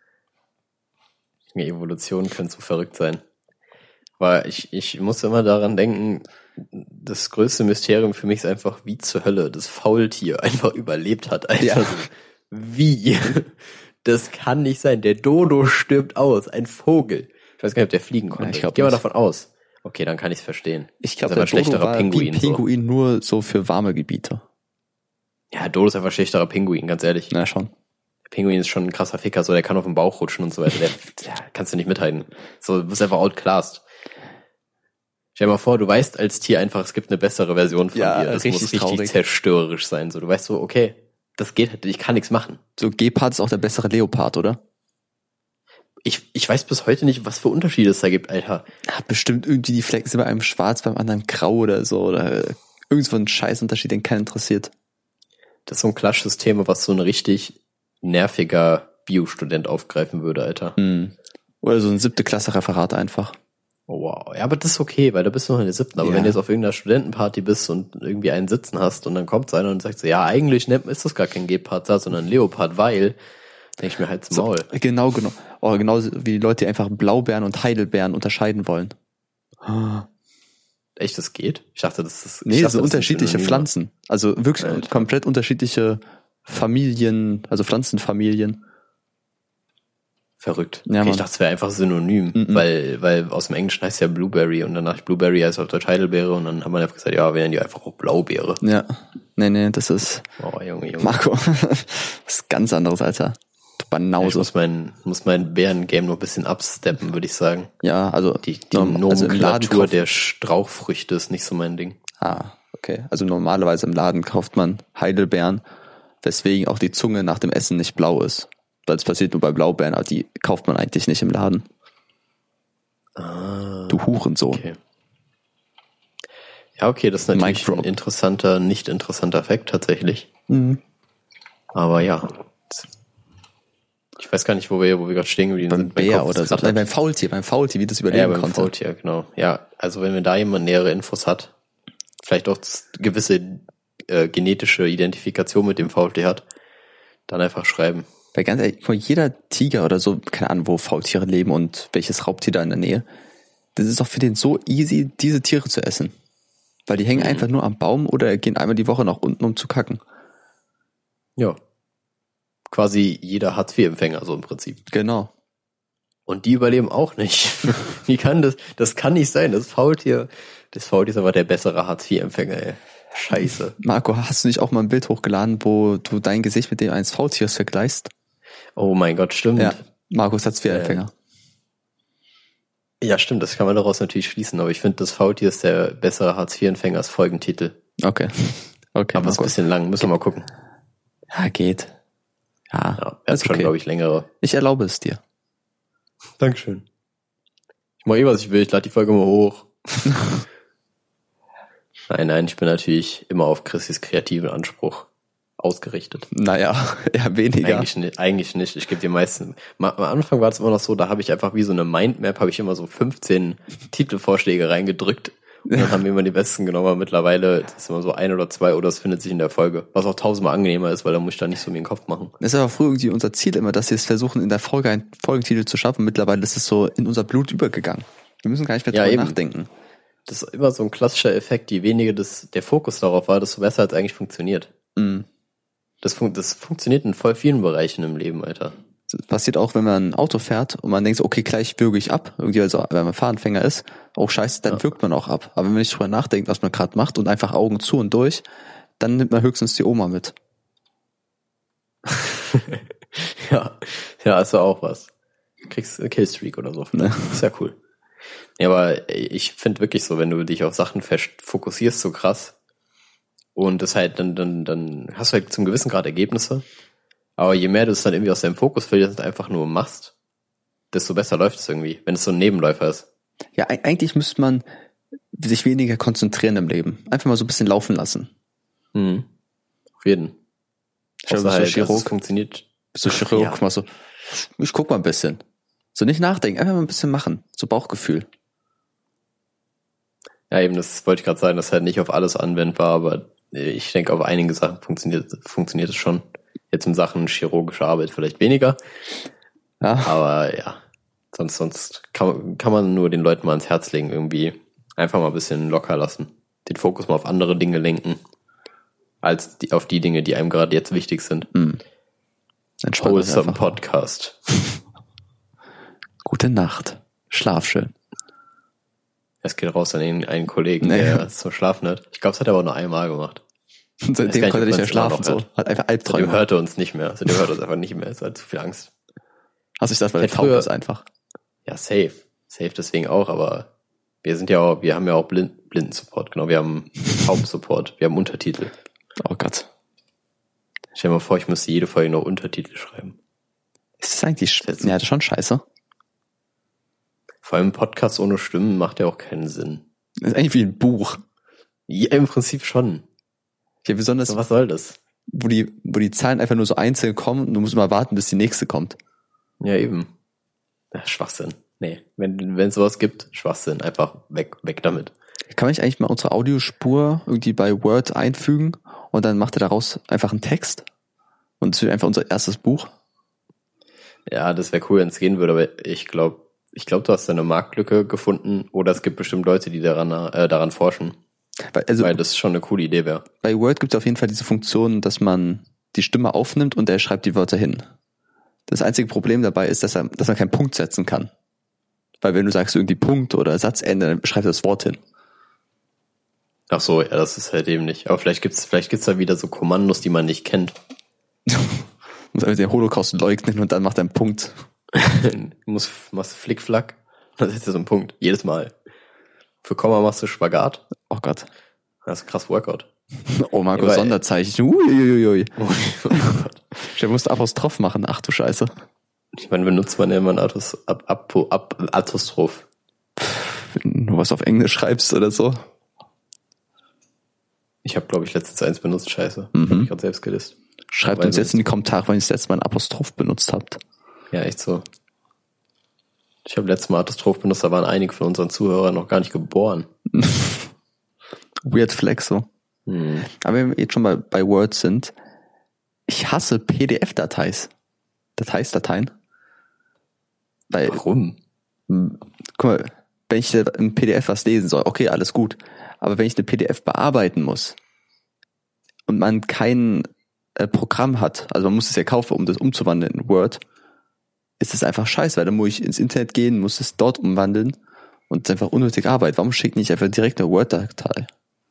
Die Evolution könnte so verrückt sein. Weil ich muss immer daran denken, das größte Mysterium für mich ist einfach, wie zur Hölle das Faultier einfach überlebt hat. Alter. Ja. Wie? Das kann nicht sein. Der Dodo stirbt aus. Ein Vogel. Ich weiß gar nicht, ob der fliegen konnte. Ja, ich gehe mal davon aus. Okay, dann kann ich es verstehen. Ich glaube, der Dodo war Pinguin, Pinguin so. Nur so für warme Gebiete. Ja, Dodo ist einfach ein schlechterer Pinguin, ganz ehrlich. Na schon. Pinguin ist schon ein krasser Ficker, so der kann auf den Bauch rutschen und so weiter. Der kannst du nicht mithalten. So, du bist einfach outclassed. Stell dir mal vor, du weißt als Tier einfach, es gibt eine bessere Version von dir. Das muss richtig zerstörerisch sein. So, du weißt so, okay, das geht halt, ich kann nichts machen. So, Gepard ist auch der bessere Leopard, oder? Ich weiß bis heute nicht, was für Unterschiede es da gibt, Alter. Ja, bestimmt irgendwie die Flecken sind bei einem schwarz, beim anderen grau oder so. Oder irgend so ein Scheißunterschied, den keinen interessiert. Das ist so ein klassisches Thema, was so ein richtig nerviger Biostudent aufgreifen würde, Alter. Oder so ein 7. Klasse Referat einfach. Oh, wow. Ja, aber das ist okay, weil da bist du noch in der 7. Aber wenn du jetzt auf irgendeiner Studentenparty bist und irgendwie einen sitzen hast und dann kommt einer und sagt so, ja, eigentlich ist das gar kein Gepard, sondern ein Leopard, weil, denke ich mir halt zum Maul. Genau. Oder genauso wie die Leute, die einfach Blaubeeren und Heidelbeeren unterscheiden wollen. Echt, das geht? Ich dachte, das ist... Nee, so unterschiedliche Pflanzen. Also wirklich komplett unterschiedliche Familien, also Pflanzenfamilien. Verrückt. Ja, okay, ich dachte, es wäre einfach synonym, weil aus dem Englischen heißt ja Blueberry und danach Blueberry heißt auf Deutsch Heidelbeere und dann hat man einfach gesagt, ja, wir nennen die einfach auch Blaubeere. Ja. Nee, das ist... Oh, Junge. Marco, das ist ganz anderes, Alter. Du Banause. Ja, ich muss mein Bären-Game noch ein bisschen upsteppen, würde ich sagen. Ja, also... Die Nomenklatur der Strauchfrüchte ist nicht so mein Ding. Okay. Also normalerweise im Laden kauft man Heidelbeeren, weswegen auch die Zunge nach dem Essen nicht blau ist. Das passiert nur bei Blaubeeren, aber die kauft man eigentlich nicht im Laden. Du Hurensohn. Okay. Ja, okay, das ist natürlich ein interessanter, nicht interessanter Fakt tatsächlich. Aber ja. Ich weiß gar nicht, wo wir gerade stehen geblieben sind. Beim Bär oder so. Nein, beim Faultier, wie das überleben konnte. Ja, beim Faultier, genau. Ja, also wenn mir da jemand nähere Infos hat, vielleicht auch gewisse genetische Identifikation mit dem Faultier hat, dann einfach schreiben. Weil ganz ehrlich, jeder Tiger oder so, keine Ahnung, wo Faultiere leben und welches Raubtier da in der Nähe, das ist doch für den so easy, diese Tiere zu essen. Weil die hängen einfach nur am Baum oder gehen einmal die Woche nach unten, um zu kacken. Ja. Quasi jeder Hartz-IV-Empfänger, so im Prinzip. Genau. Und die überleben auch nicht. Wie kann das? Das kann nicht sein. Das Faultier ist aber der bessere Hartz-IV-Empfänger, ey. Scheiße. Marco, hast du nicht auch mal ein Bild hochgeladen, wo du dein Gesicht mit dem eines Faultiers vergleichst? Oh mein Gott, stimmt. Ja, Markus Hartz-IV-Empfänger. Ja, stimmt, das kann man daraus natürlich schließen, aber ich finde, das Faultier ist der bessere Hartz-IV-Empfänger als Folgentitel. Okay, aber es ist ein bisschen lang, müssen wir mal gucken. Ja, geht. Ja, er hat schon, glaube ich, längere. Ich erlaube es dir. Dankeschön. Ich mache was ich will, ich lade die Folge mal hoch. Nein, ich bin natürlich immer auf Chrissys kreativen Anspruch ausgerichtet. Naja, eher weniger. Eigentlich nicht. Ich gebe dir meistens. Am Anfang war es immer noch so, da habe ich einfach wie so eine Mindmap, habe ich immer so 15 Titelvorschläge reingedrückt und dann haben wir immer die besten genommen. Aber mittlerweile ist immer so 1 oder 2 oder es findet sich in der Folge. Was auch 1000-mal angenehmer ist, weil da muss ich da nicht so mir den Kopf machen. Das ist aber früher irgendwie unser Ziel immer, dass wir es versuchen, in der Folge einen Folgentitel zu schaffen. Mittlerweile ist es so in unser Blut übergegangen. Wir müssen gar nicht mehr drüber nachdenken. Das ist immer so ein klassischer Effekt. Je weniger der Fokus darauf war, desto besser hat es eigentlich funktioniert. Mhm. Das funktioniert in voll vielen Bereichen im Leben, Alter. Das passiert auch, wenn man ein Auto fährt und man denkt, okay, gleich würge ich ab. Irgendwie, also, wenn man Fahranfänger ist, oh scheiße, dann wirkt man auch ab. Aber wenn man nicht drüber nachdenkt, was man gerade macht und einfach Augen zu und durch, dann nimmt man höchstens die Oma mit. ja, also auch was. Kriegst eine Killstreak oder so. Ne? Ist ja cool. Ja, aber ich finde wirklich so, wenn du dich auf Sachen fokussierst so krass und das halt dann hast du halt zum gewissen Grad Ergebnisse, aber je mehr du es dann irgendwie aus deinem Fokus verlierst und einfach nur machst, desto besser läuft es irgendwie, wenn es so ein Nebenläufer ist. Ja, eigentlich müsste man sich weniger konzentrieren im Leben. Einfach mal so ein bisschen laufen lassen. Mhm. Auf jeden. Bist du Chirurg? Funktioniert. Bist du Chirurg? Ja. Mal so, ich guck mal ein bisschen. So nicht nachdenken, einfach mal ein bisschen machen. So Bauchgefühl. Ja, eben, das wollte ich gerade sagen, das ist halt nicht auf alles anwendbar, aber ich denke, auf einige Sachen funktioniert es schon. Jetzt in Sachen chirurgischer Arbeit vielleicht weniger. Ja. Aber ja, sonst kann man nur den Leuten mal ans Herz legen, irgendwie einfach mal ein bisschen locker lassen. Den Fokus mal auf andere Dinge lenken, als auf die Dinge, die einem gerade jetzt wichtig sind. Wholesome Podcast. Gute Nacht. Schlaf schön. Es geht raus an einen Kollegen, der zum Schlafen hat. Ich glaube, das hat er aber nur einmal gemacht. Und seitdem konnte er nicht mehr schlafen. So. Hat einfach Albträume. Seitdem hört er uns nicht mehr. Seitdem hört er uns einfach nicht mehr. Es hat zu viel Angst. Hast du das, weil er taub ist einfach? Ja, safe. Safe deswegen auch, aber wir haben ja auch Blindensupport. Genau, wir haben Taubsupport. Wir haben Untertitel. Oh Gott. Stell dir mal vor, ich müsste jede Folge noch Untertitel schreiben. Ist das eigentlich das ist schon scheiße. Vor allem ein Podcast ohne Stimmen macht ja auch keinen Sinn. Das ist eigentlich wie ein Buch. Ja, im Prinzip schon. Ja, besonders. So, was soll das? Wo die Zahlen einfach nur so einzeln kommen und du musst immer warten, bis die nächste kommt. Ja, eben. Ja, Schwachsinn. Nee, wenn es sowas gibt, Schwachsinn. Einfach weg damit. Kann man nicht eigentlich mal unsere Audiospur irgendwie bei Word einfügen und dann macht er daraus einfach einen Text? Und es wird einfach unser erstes Buch? Ja, das wäre cool, wenn es gehen würde, aber ich glaube, du hast da eine Marktlücke gefunden oder es gibt bestimmt Leute, die daran forschen. Weil das schon eine coole Idee wäre. Bei Word gibt es auf jeden Fall diese Funktion, dass man die Stimme aufnimmt und er schreibt die Wörter hin. Das einzige Problem dabei ist, dass man keinen Punkt setzen kann. Weil wenn du sagst irgendwie Punkt oder Satzende, dann schreibst du das Wort hin. Ach so, ja, das ist halt eben nicht. Aber vielleicht gibt's da wieder so Kommandos, die man nicht kennt. Muss einfach den Holocaust leugnen und dann macht er einen Punkt. Machst Flickflack, dann setzt du so einen Punkt. Jedes Mal. Für Komma machst du Spagat. Oh Gott. Das ist ein krass Workout. Oh Marco, ja, Sonderzeichen. Uiuiui. Ich musste Apostroph machen. Ach du Scheiße. Ich meine, benutzt man ja immer ein Apostroph. Wenn du was auf Englisch schreibst oder so. Ich habe, glaube ich, letztens eins benutzt. Scheiße. Hab ich gerade selbst gelistet. Schreibt uns jetzt in die Kommentare, wenn ihr das letzte Mal ein Apostroph benutzt habt. Ja, echt so. Ich habe letztes Mal Apostroph benutzt, da waren einige von unseren Zuhörern noch gar nicht geboren. Weird Flex so. Aber wenn wir jetzt schon mal bei Word sind, ich hasse PDF-Dateien. Warum? Guck mal, wenn ich im PDF was lesen soll, okay, alles gut. Aber wenn ich eine PDF bearbeiten muss und man kein Programm hat, also man muss es ja kaufen, um das umzuwandeln in Word, ist es einfach scheiße, weil dann muss ich ins Internet gehen, muss es dort umwandeln und es ist einfach unnötige Arbeit. Warum schickt nicht einfach direkt eine Word-Datei?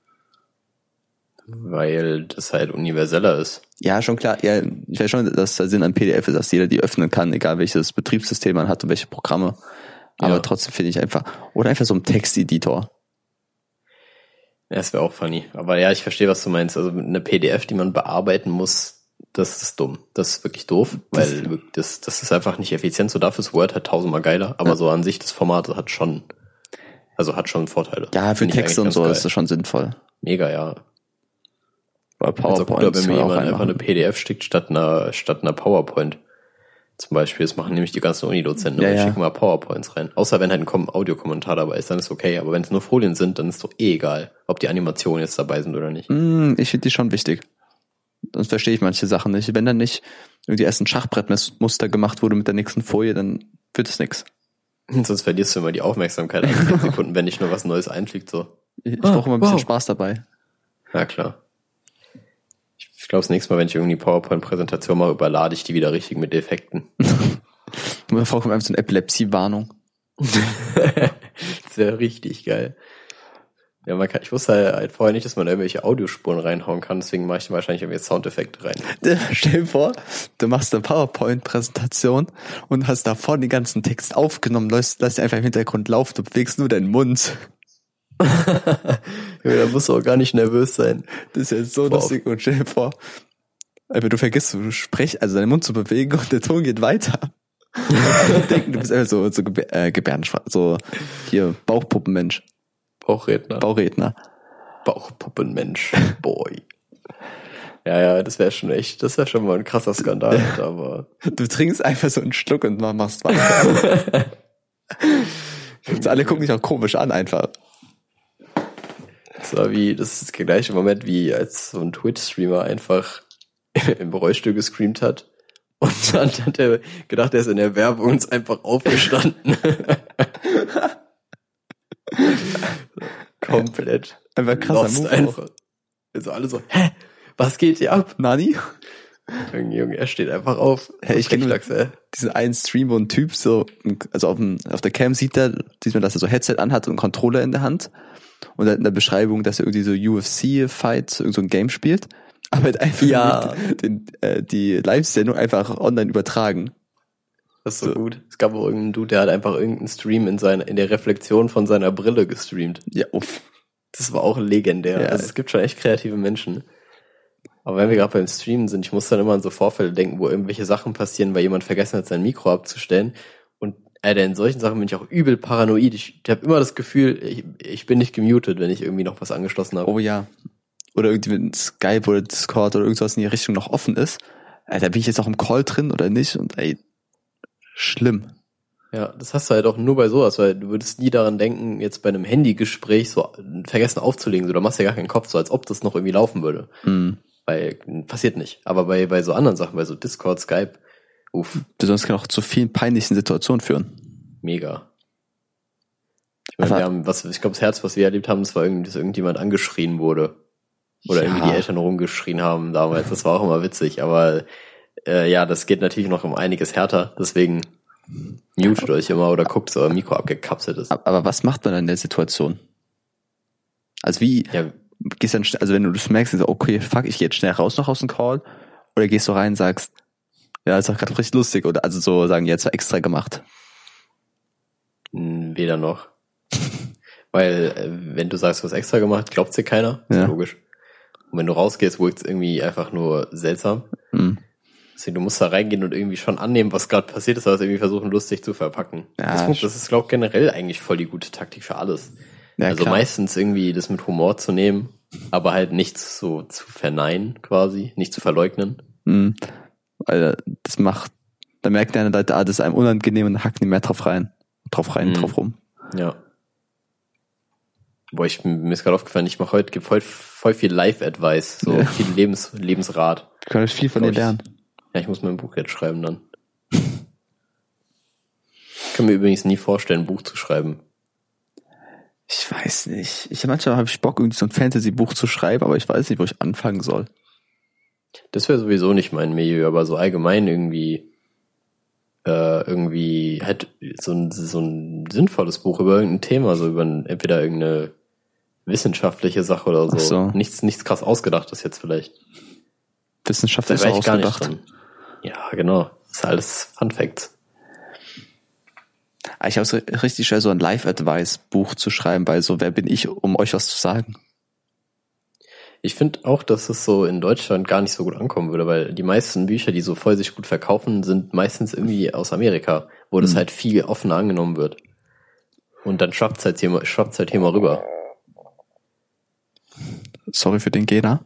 Weil das halt universeller ist. Ja, schon klar. Ja, ich weiß schon, dass der Sinn an PDF ist, dass jeder die öffnen kann, egal welches Betriebssystem man hat und welche Programme. Aber trotzdem finde ich einfach, oder einfach so ein Texteditor. Ja, das wäre auch funny. Aber ja, ich verstehe, was du meinst. Also eine PDF, die man bearbeiten muss, das ist dumm. Das ist wirklich doof, weil das ist einfach nicht effizient. So dafür ist Word halt tausendmal geiler, aber so an sich das Format hat schon Vorteile. Ja, für Texte und so ist das schon sinnvoll. Mega, ja. Bei PowerPoint, wenn mir jemand einfach eine PDF schickt statt einer PowerPoint. Zum Beispiel, das machen nämlich die ganzen Uni-Dozenten, die schicken mal PowerPoints rein. Außer wenn halt ein Audiokommentar dabei ist, dann ist okay. Aber wenn es nur Folien sind, dann ist doch egal, ob die Animationen jetzt dabei sind oder nicht. Ich finde die schon wichtig. Sonst verstehe ich manche Sachen nicht. Wenn dann nicht irgendwie erst ein Schachbrettmuster gemacht wurde mit der nächsten Folie, dann wird es nix. Sonst verlierst du immer die Aufmerksamkeit nach 10 Sekunden, wenn nicht nur was Neues einfliegt. So. Ich brauche immer ein bisschen Spaß dabei. Ja, klar. Ich glaube, das nächste Mal, wenn ich irgendwie PowerPoint-Präsentation mache, überlade ich die wieder richtig mit Effekten. Und dann brauchen wir einfach so eine Epilepsie-Warnung. Das wäre richtig geil. Ja, ich wusste halt vorher nicht, dass man irgendwelche Audiospuren reinhauen kann, deswegen mache ich da wahrscheinlich irgendwie Soundeffekte rein. Stell dir vor, du machst eine PowerPoint-Präsentation und hast davor den ganzen Text aufgenommen, lässt einfach im Hintergrund laufen, du bewegst nur deinen Mund. Da musst du auch gar nicht nervös sein. Das ist ja so lustig. Und stell dir vor, einfach du vergisst, also deinen Mund zu bewegen und der Ton geht weiter. Und denken, du bist einfach so Gebärdensprache, so hier Bauchpuppenmensch. Bauchredner. Bauchpuppenmensch. Boy. Ja, das wäre schon mal ein krasser Skandal, aber. Du trinkst einfach so einen Schluck und machst weiter. Und alle gucken dich auch komisch an einfach. Das ist der gleiche Moment, wie als so ein Twitch-Streamer einfach im Rollstuhl gescreamt hat. Und dann hat er gedacht, er ist in der Werbung und ist einfach aufgestanden. Komplett. Einfach krasser Move. Also alle so, hä? Was geht hier ab? Nani? Junge, er steht einfach auf. Hey, ich kenne diesen einen Stream, wo ein Typ so, also auf der Cam sieht man, dass er so Headset anhat und einen Controller in der Hand. Und in der Beschreibung, dass er irgendwie so UFC-Fights, so ein Game spielt. Aber halt einfach die Live-Sendung einfach online übertragen. Das ist so gut. Es gab auch irgendeinen Dude, der hat einfach irgendeinen Stream in der Reflexion von seiner Brille gestreamt. Ja, uff. Das war auch legendär. Ja. Also es gibt schon echt kreative Menschen. Aber wenn wir gerade beim Streamen sind, ich muss dann immer an so Vorfälle denken, wo irgendwelche Sachen passieren, weil jemand vergessen hat, sein Mikro abzustellen. Und in solchen Sachen bin ich auch übel paranoid. Ich habe immer das Gefühl, ich bin nicht gemutet, wenn ich irgendwie noch was angeschlossen habe. Oh ja. Oder irgendwie mit Skype oder Discord oder irgendwas in die Richtung noch offen ist. Da bin ich jetzt auch im Call drin oder nicht? Und schlimm. Ja, das hast du halt auch nur bei sowas, weil du würdest nie daran denken, jetzt bei einem Handygespräch so vergessen aufzulegen. So, da machst du ja gar keinen Kopf, so als ob das noch irgendwie laufen würde. Weil, passiert nicht. Aber bei so anderen Sachen, bei so Discord, Skype, Besonders kann auch zu vielen peinlichen Situationen führen. Mega. Ich meine, ich glaube, das Herz, was wir erlebt haben, das war dass irgendjemand angeschrien wurde. Oder irgendwie die Eltern rumgeschrien haben damals. Das war auch immer witzig. Aber das geht natürlich noch um einiges härter. Deswegen mutet euch immer oder guckt, dass euer Mikro abgekapselt ist. Aber was macht man dann in der Situation? Also gehst dann, also wenn du das merkst, so, okay, fuck, ich gehe jetzt schnell raus noch aus dem Call, oder gehst du rein und sagst, ja, ist doch gerade richtig lustig, oder also so sagen, jetzt war extra gemacht. Weder noch. Weil, wenn du sagst, du hast extra gemacht, glaubt dir keiner. Ist logisch. Und wenn du rausgehst, wirkt es irgendwie einfach nur seltsam. Deswegen, du musst da reingehen und irgendwie schon annehmen, was gerade passiert ist, aber es irgendwie versuchen, lustig zu verpacken. Ja, das ist, glaube ich, generell eigentlich voll die gute Taktik für alles. Ja, also klar. Meistens irgendwie das mit Humor zu nehmen, aber halt nichts so zu verneinen quasi, nicht zu verleugnen. Alter, da merkt eine Leute, das ist einem unangenehm und hacken die mehr drauf rum. Ja. Mir ist gerade aufgefallen, ich mache heute, gebe voll viel Live-Advice, so viel Lebensrat. Du kannst viel von dir lernen. Ja, ich muss mein Buch jetzt schreiben dann. Ich kann mir übrigens nie vorstellen, ein Buch zu schreiben. Ich weiß nicht. Manchmal habe ich Bock, irgendwie so ein Fantasy-Buch zu schreiben, aber ich weiß nicht, wo ich anfangen soll. Das wäre sowieso nicht mein Milieu, aber so allgemein irgendwie halt so ein sinnvolles Buch über irgendein Thema, so über entweder irgendeine wissenschaftliche Sache oder so. Ach so. Nichts krass ausgedachtes jetzt vielleicht. Wissenschaft Da ist wäre auch ich gar nicht ausgedacht. drin. Ja, genau. Das ist alles Fun Facts. Ich habe so richtig schwer, so ein Life-Advice-Buch zu schreiben, weil so, wer bin ich, um euch was zu sagen? Ich finde auch, dass es so in Deutschland gar nicht so gut ankommen würde, weil die meisten Bücher, die so voll sich gut verkaufen, sind meistens irgendwie aus Amerika, wo das halt viel offener angenommen wird. Und dann schwappt's halt hier mal rüber. Sorry für den Gena.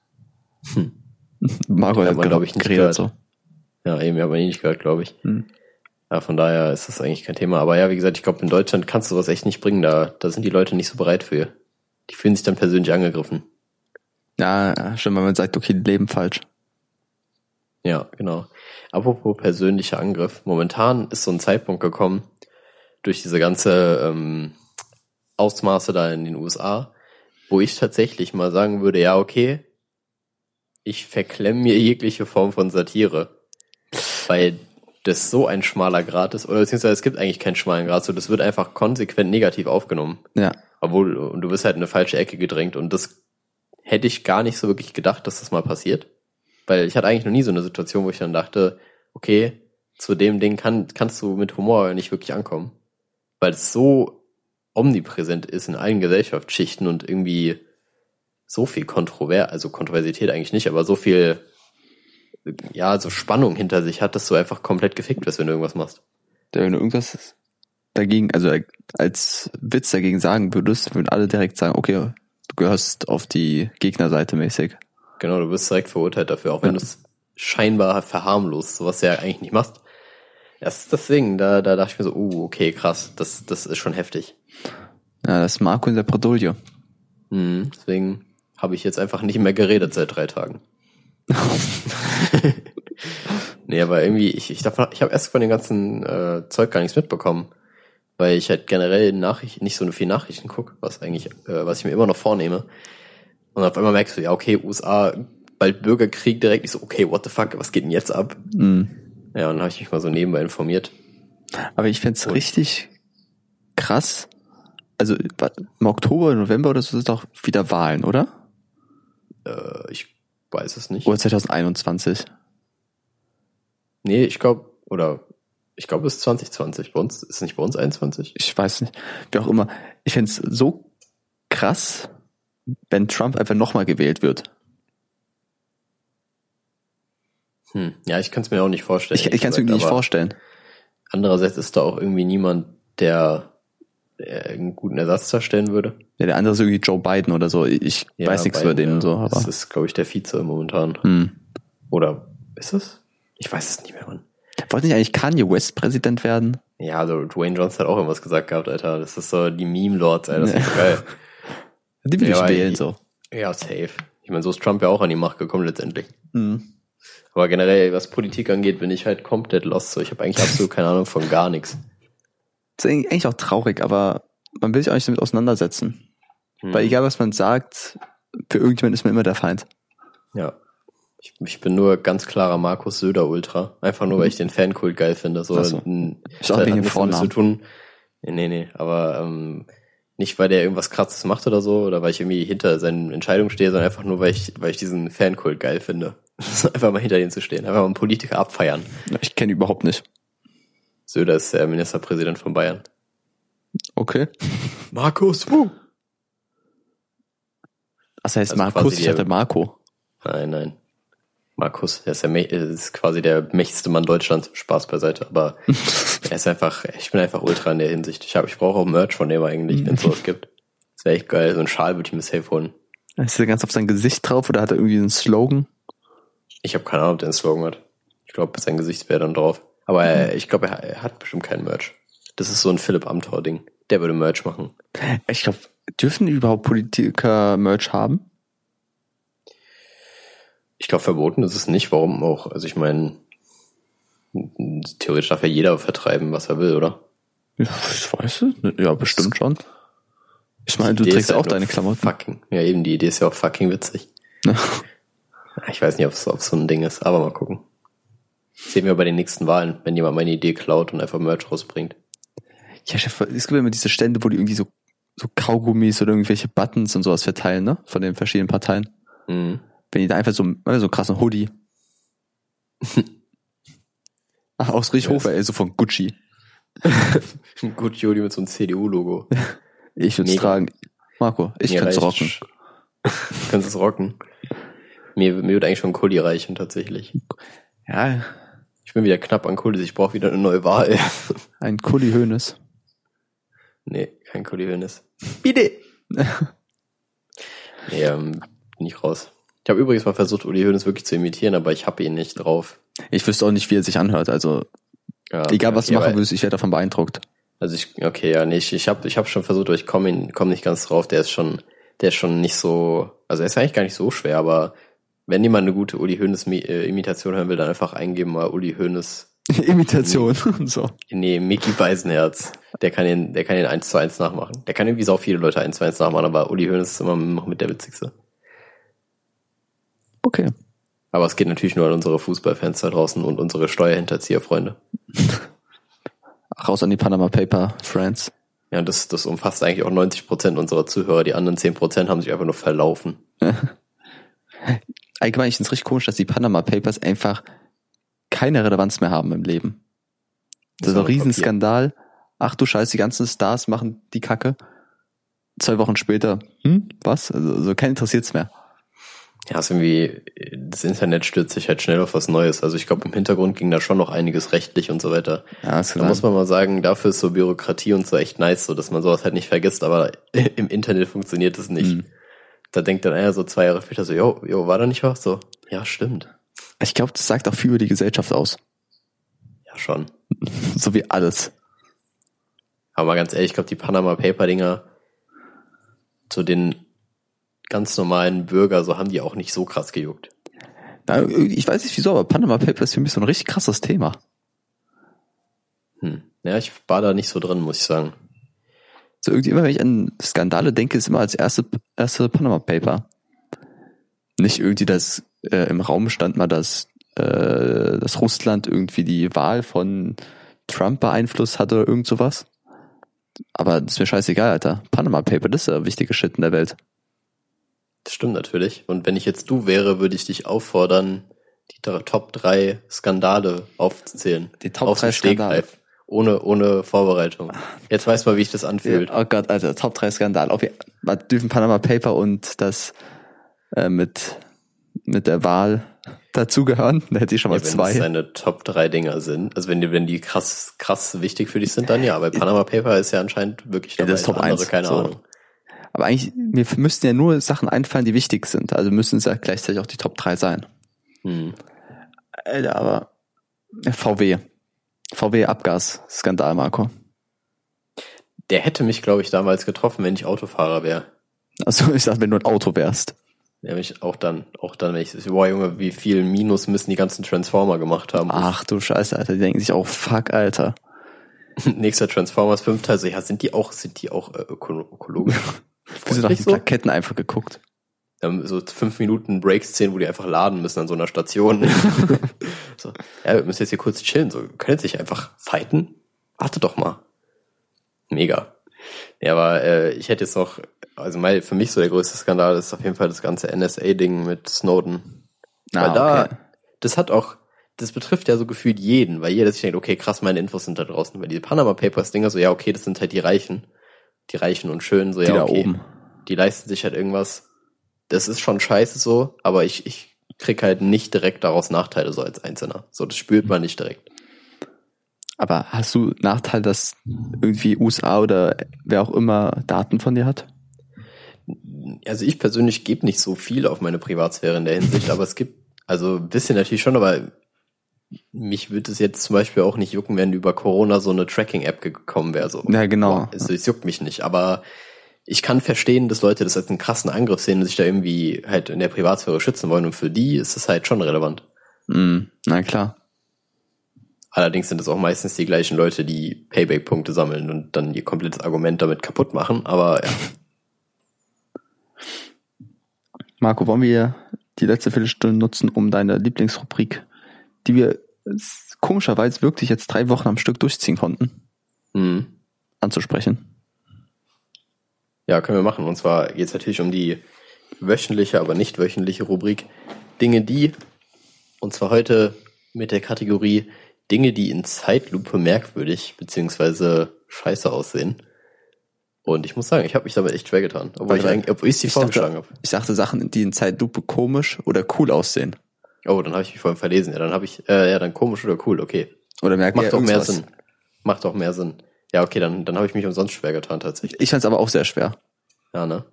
Marco Den hat, glaube ich, nicht geredet gehört. so. Ja, eben, haben wir nie nicht gehört, glaube ich. Ja, von daher ist das eigentlich kein Thema. Aber ja, wie gesagt, ich glaube, in Deutschland kannst du sowas echt nicht bringen. Da sind die Leute nicht so bereit für. Die fühlen sich dann persönlich angegriffen. Ja, stimmt, wenn man sagt, okay, die leben falsch. Ja, genau. Apropos persönlicher Angriff. Momentan ist so ein Zeitpunkt gekommen, durch diese ganze Ausmaße da in den USA, wo ich tatsächlich mal sagen würde, ja, okay, ich verklemme mir jegliche Form von Satire. Weil das so ein schmaler Grat ist, oder beziehungsweise es gibt eigentlich keinen schmalen Grat, so das wird einfach konsequent negativ aufgenommen. Ja. Und du wirst halt in eine falsche Ecke gedrängt und das hätte ich gar nicht so wirklich gedacht, dass das mal passiert. Weil ich hatte eigentlich noch nie so eine Situation, wo ich dann dachte, okay, zu dem Ding kannst du mit Humor nicht wirklich ankommen. Weil es so omnipräsent ist in allen Gesellschaftsschichten und irgendwie so viel Kontroversität eigentlich nicht, aber so viel, ja, so Spannung hinter sich hat, dass du einfach komplett gefickt wirst, wenn du irgendwas machst. Wenn du irgendwas dagegen, also als Witz dagegen sagen würdest, würden alle direkt sagen, okay, du gehörst auf die Gegnerseite mäßig. Genau, du wirst direkt verurteilt dafür, auch wenn du es scheinbar verharmlost, so was du ja eigentlich nicht machst. Das ist das Ding, da dachte ich mir so, okay, krass, das ist schon heftig. Ja, das ist Marco in der Bredouille. Deswegen habe ich jetzt einfach nicht mehr geredet seit 3 Tagen. Nee, aber irgendwie, ich habe erst von dem ganzen Zeug gar nichts mitbekommen, weil ich halt generell nicht so viel Nachrichten gucke, was ich mir immer noch vornehme. Und auf einmal merkst du, ja, okay, USA, bald Bürgerkrieg direkt. Ich so, okay, what the fuck, was geht denn jetzt ab? Ja, und dann habe ich mich mal so nebenbei informiert. Aber ich find's richtig krass. Also im Oktober, November oder so sind doch wieder Wahlen, oder? Ich weiß es nicht. Oder 2021? Nee, ich glaube, es ist 2020. Ist es nicht bei uns 21? Ich weiß nicht. Wie auch immer. Ich find's so krass, wenn Trump einfach nochmal gewählt wird. Ja, ich kann es mir auch nicht vorstellen. Ich kann es mir nicht vorstellen. Andererseits ist da auch irgendwie niemand, der einen guten Ersatz darstellen würde. Ja, der andere ist irgendwie Joe Biden oder so. Ich weiß nichts über den und so. Aber das ist, glaube ich, der Vize momentan. Oder ist es? Ich weiß es nicht mehr, Mann. Wollte nicht eigentlich Kanye West Präsident werden? Ja, also Dwayne Johnson hat auch irgendwas gesagt gehabt, Alter. Das ist so die Meme-Lords, Alter. Das ist so geil. Die will ich wählen, so. Ja, safe. Ich meine, so ist Trump ja auch an die Macht gekommen letztendlich. Aber generell, was Politik angeht, bin ich halt komplett lost. So, ich habe eigentlich absolut keine Ahnung von gar nichts. Das ist eigentlich auch traurig, aber man will sich auch nicht damit auseinandersetzen. Weil egal, was man sagt, für irgendjemand ist man immer der Feind. Ja. Ich bin nur ganz klarer Markus Söder-Ultra. Einfach nur, weil ich den Fankult geil finde. So, ich auch wegen dem Vornamen. Zu tun. Nee, aber nicht, weil der irgendwas Krasses macht oder so, oder weil ich irgendwie hinter seinen Entscheidungen stehe, sondern einfach nur, weil ich diesen Fankult geil finde. Einfach mal hinter ihm zu stehen. Einfach mal einen Politiker abfeiern. Ich kenne ihn überhaupt nicht. Söder ist der Ministerpräsident von Bayern. Okay. Markus, wuh! Das heißt also Markus, ich hatte Marco. Nein. Markus, er ist quasi der mächtigste Mann Deutschlands. Spaß beiseite, aber ich bin einfach ultra in der Hinsicht. Ich brauche auch Merch von dem eigentlich, wenn es sowas gibt. Das wäre echt geil. So ein Schal würde ich mir safe holen. Ist der ganz auf sein Gesicht drauf oder hat er irgendwie einen Slogan? Ich habe keine Ahnung, ob der einen Slogan hat. Ich glaube, sein Gesicht wäre dann drauf. Aber ich glaube, er hat bestimmt keinen Merch. Das ist so ein Philipp Amthor-Ding. Der würde Merch machen. Ich glaube, dürfen überhaupt Politiker Merch haben? Ich glaube, verboten ist es nicht. Warum auch? Also ich meine, theoretisch darf ja jeder vertreiben, was er will, oder? Ja, ich weiß es. Ja, bestimmt schon. Ich meine, du Die Idee trägst ist halt auch nur deine Klamotten. Fucking. Ja, eben, die Idee ist ja auch fucking witzig. Ich weiß nicht, ob es so ein Ding ist, aber mal gucken. Sehen wir bei den nächsten Wahlen, wenn jemand meine Idee klaut und einfach Merch rausbringt. Ja, es gibt immer diese Stände, wo die irgendwie so Kaugummis oder irgendwelche Buttons und sowas verteilen, ne? Von den verschiedenen Parteien. Mhm. Wenn die da einfach so einen krassen Hoodie. Ach, aus Richthofer, so von Gucci. Gut, Juli mit so einem CDU-Logo. Ich würde es tragen. Marco, ich könnte es rocken. Kannst es rocken. Mir wird eigentlich schon Kuli reichen, tatsächlich. Ja. Ich bin wieder knapp an Kulis, ich brauche wieder eine neue Wahl. Ein Kuli Hoeneß. Nee, kein Kuli Hoeneß. Bitte! Nee, bin ich raus. Ich habe übrigens mal versucht, Uli Hoeneß wirklich zu imitieren, aber ich habe ihn nicht drauf. Ich wüsste auch nicht, wie er sich anhört, also ja, egal was du machen würdest, ich werde davon beeindruckt. Also ich habe schon versucht, aber ich komme nicht ganz drauf, der ist schon nicht so, also er ist eigentlich gar nicht so schwer, aber wenn jemand eine gute Uli Hoeneß Imitation hören will, dann einfach eingeben mal Uli Hoeneß Imitation und so. Nee, Micky Beisenherz. Der kann ihn 1:1 nachmachen. Der kann irgendwie so viele Leute 1:1 nachmachen, aber Uli Hoeneß ist immer noch mit der witzigste. Okay. Aber es geht natürlich nur an unsere Fußballfans da draußen und unsere Steuerhinterzieher-Freunde. Raus an die Panama Paper Friends. Ja, das umfasst eigentlich auch 90% unserer Zuhörer. Die anderen 10% haben sich einfach nur verlaufen. Allgemein, ich finde es richtig komisch, dass die Panama Papers einfach keine Relevanz mehr haben im Leben. Das ist ein Riesenskandal. Ach du Scheiße, die ganzen Stars machen die Kacke. 2 Wochen später, was? Also so keinen interessiert's mehr. Ja, ist irgendwie, das Internet stürzt sich halt schnell auf was Neues. Also ich glaube, im Hintergrund ging da schon noch einiges rechtlich und so weiter. Ja, da muss man mal sagen, dafür ist so Bürokratie und so echt nice, so dass man sowas halt nicht vergisst, aber im Internet funktioniert das nicht. Da denkt dann einer so 2 Jahre später so, jo, war da nicht was? So, ja, stimmt. Ich glaube, das sagt auch viel über die Gesellschaft aus. Ja, schon. So wie alles. Aber mal ganz ehrlich, ich glaube, die Panama Paper Dinger zu den ganz normalen Bürger, so haben die auch nicht so krass gejuckt. Na, ich weiß nicht wieso, aber Panama Paper ist für mich so ein richtig krasses Thema. Ja, ich war da nicht so drin, muss ich sagen. So irgendwie immer, wenn ich an Skandale denke, ist immer als erste Panama Paper. Nicht irgendwie, dass im Raum stand mal, dass Russland irgendwie die Wahl von Trump beeinflusst hat oder irgend sowas. Aber das ist mir scheißegal, Alter. Panama Paper, das ist der wichtige Shit in der Welt. Das stimmt natürlich. Und wenn ich jetzt du wäre, würde ich dich auffordern, die Top 3 Skandale aufzuzählen. Die Top 3 Skandale. Ohne Vorbereitung. Jetzt weiß man, wie ich das anfühlt. Ja, oh Gott, Alter, Top 3 Skandale. Wir dürfen Panama Paper und das mit der Wahl dazugehören. Da hätte ich schon mal 2. Wenn das deine Top 3 Dinger sind, also wenn die krass wichtig für dich sind, dann ja. Aber Panama Paper ist ja anscheinend wirklich dabei. Das ist Top 1. Keine Ahnung. Aber eigentlich, mir müssten ja nur Sachen einfallen, die wichtig sind. Also müssen es ja gleichzeitig auch die Top 3 sein. Alter, aber VW Abgas-Skandal, Marco. Der hätte mich, glaube ich, damals getroffen, wenn ich Autofahrer wäre. Also ich sag, wenn du ein Auto wärst. Ja, mich auch dann, wenn ich boah Junge, wie viel Minus müssen die ganzen Transformer gemacht haben. Ach du Scheiße, Alter, die denken sich auch, fuck, Alter. Nächster Transformers 5 Teil, so, ja, sind die auch ökologisch? Wir sind nach den Plaketten einfach geguckt. So 5 Minuten Break-Szenen, wo die einfach laden müssen an so einer Station. So, ja, wir müssen jetzt hier kurz chillen, so, wir können jetzt nicht einfach fighten? Warte doch mal. Mega. Ja, aber ich hätte jetzt noch, also für mich so der größte Skandal ist auf jeden Fall das ganze NSA-Ding mit Snowden. Weil das betrifft ja so gefühlt jeden, weil jeder sich denkt, okay, krass, meine Infos sind da draußen. Weil die Panama Papers Dinger so, ja, okay, das sind halt die Reichen und Schönen, so, ja, okay. Oben. Die leisten sich halt irgendwas. Das ist schon scheiße so, aber ich krieg halt nicht direkt daraus Nachteile so als Einzelner. So, das spürt man nicht direkt. Aber hast du Nachteil, dass irgendwie USA oder wer auch immer Daten von dir hat? Also ich persönlich gebe nicht so viel auf meine Privatsphäre in der Hinsicht, aber es gibt, also ein bisschen natürlich schon, aber mich würde es jetzt zum Beispiel auch nicht jucken, wenn über Corona so eine Tracking-App gekommen wäre. So. Ja, genau. Boah, also es juckt mich nicht, aber ich kann verstehen, dass Leute das als einen krassen Angriff sehen und sich da irgendwie halt in der Privatsphäre schützen wollen und für die ist es halt schon relevant. Na klar. Allerdings sind es auch meistens die gleichen Leute, die Payback-Punkte sammeln und dann ihr komplettes Argument damit kaputt machen, aber ja. Marco, wollen wir die letzte Viertelstunde nutzen, um deine Lieblingsrubrik, die wir komischerweise wirklich jetzt 3 Wochen am Stück durchziehen konnten, anzusprechen? Ja, können wir machen. Und zwar geht es natürlich um die wöchentliche, aber nicht wöchentliche Rubrik Dinge, die, und zwar heute mit der Kategorie Dinge, die in Zeitlupe merkwürdig bzw. scheiße aussehen. Und ich muss sagen, ich habe mich damit echt schwer getan, obwohl ich sie vorgeschlagen habe. Ich dachte Sachen, die in Zeitlupe komisch oder cool aussehen. Oh, dann habe ich mich vorhin verlesen. Ja, dann habe ich, dann komisch oder cool, okay. Oder Macht doch mehr Sinn. Macht doch mehr Sinn. Ja, okay, dann habe ich mich umsonst schwer getan tatsächlich. Ich fand es aber auch sehr schwer. Ja, ne?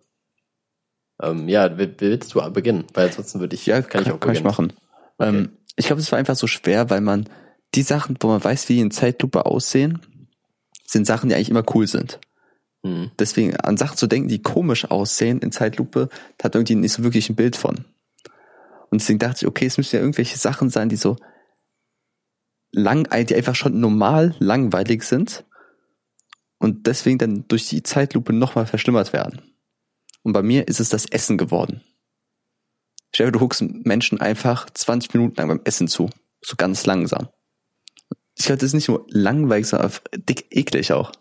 Willst du beginnen? Weil ansonsten kann ich auch beginnen. Kann ich machen. Okay. Ich glaube, es war einfach so schwer, weil man die Sachen, wo man weiß, wie die in Zeitlupe aussehen, sind Sachen, die eigentlich immer cool sind. Deswegen an Sachen zu denken, die komisch aussehen in Zeitlupe, da hat irgendwie nicht so wirklich ein Bild von. Und deswegen dachte ich, okay, es müssen ja irgendwelche Sachen sein, die so die einfach schon normal langweilig sind und deswegen dann durch die Zeitlupe nochmal verschlimmert werden. Und bei mir ist es das Essen geworden. Stell dir, du guckst Menschen einfach 20 Minuten lang beim Essen zu. So ganz langsam. Ich glaube, das ist nicht nur langweilig, sondern dick eklig auch.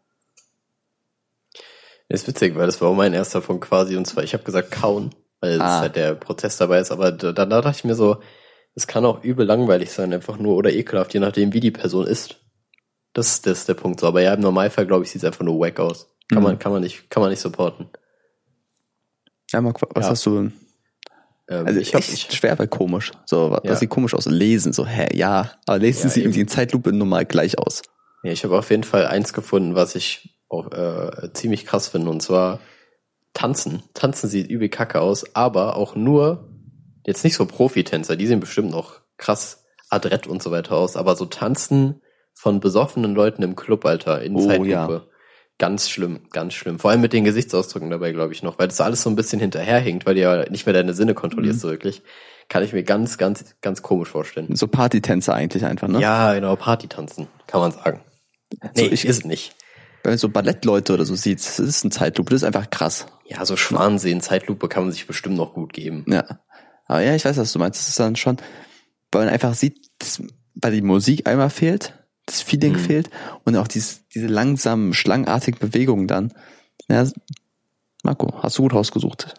Das ist witzig, weil das war auch mein erster Punkt quasi. Und zwar, ich habe gesagt kauen, weil es halt der Prozess dabei ist. Aber da dachte ich mir so, es kann auch übel langweilig sein, einfach nur, oder ekelhaft, je nachdem, wie die Person ist. Das ist der Punkt so. Aber ja, im Normalfall, glaube ich, sieht es einfach nur wack aus. Kann man nicht supporten. Ja, Marc, was hast du? Also echt schwer, weil komisch. So, was sieht komisch aus? Lesen, so, aber lesen sieht irgendwie in Zeitlupe normal gleich aus. Ja, ich habe auf jeden Fall eins gefunden, was ich auch ziemlich krass finde, und zwar Tanzen. Tanzen sieht übel kacke aus, aber auch nur, jetzt nicht so Profitänzer, die sehen bestimmt noch krass adrett und so weiter aus, aber so Tanzen von besoffenen Leuten im Club, Alter, in Zeitlupe. Ja. Ganz schlimm, ganz schlimm. Vor allem mit den Gesichtsausdrücken dabei, glaube ich noch, weil das alles so ein bisschen hinterherhinkt, weil du ja nicht mehr deine Sinne kontrollierst, so wirklich. Kann ich mir ganz, ganz, ganz komisch vorstellen. So Partytänzer eigentlich einfach, ne? Ja, genau, Partytanzen, kann man sagen. Nee, ist es nicht. Wenn man so Ballettleute oder so sieht, das ist ein Zeitlupe, das ist einfach krass. Ja, so Schwansehen, Zeitlupe kann man sich bestimmt noch gut geben. Ja. Aber ja, ich weiß, was du meinst. Das ist dann schon, weil man einfach sieht, weil die Musik einmal fehlt, das Feeling fehlt und auch diese langsamen, schlangenartigen Bewegungen dann. Ja, Marco, hast du gut rausgesucht.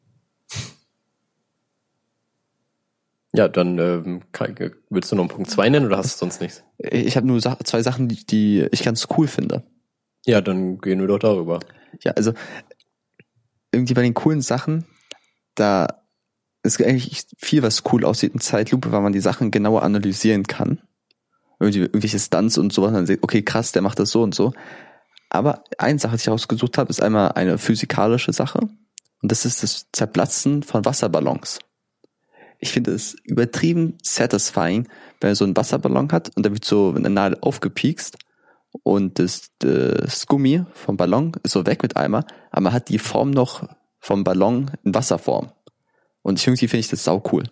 Ja, dann willst du noch einen Punkt 2 nennen oder hast du sonst nichts? Ich habe nur 2 Sachen, die ich ganz cool finde. Ja, dann gehen wir doch darüber. Ja, also irgendwie bei den coolen Sachen, da ist eigentlich viel, was cool aussieht in Zeitlupe, weil man die Sachen genauer analysieren kann. Irgendwelche Stunts und sowas, dann sieht, okay, krass, der macht das so und so. Aber eine Sache, die ich ausgesucht habe, ist einmal eine physikalische Sache. Und das ist das Zerplatzen von Wasserballons. Ich finde es übertrieben satisfying, wenn man so einen Wasserballon hat und da wird so mit einer Nadel aufgepiekst und das Gummi vom Ballon ist so weg mit einmal, aber man hat die Form noch vom Ballon in Wasserform. Und irgendwie finde ich das sau cool.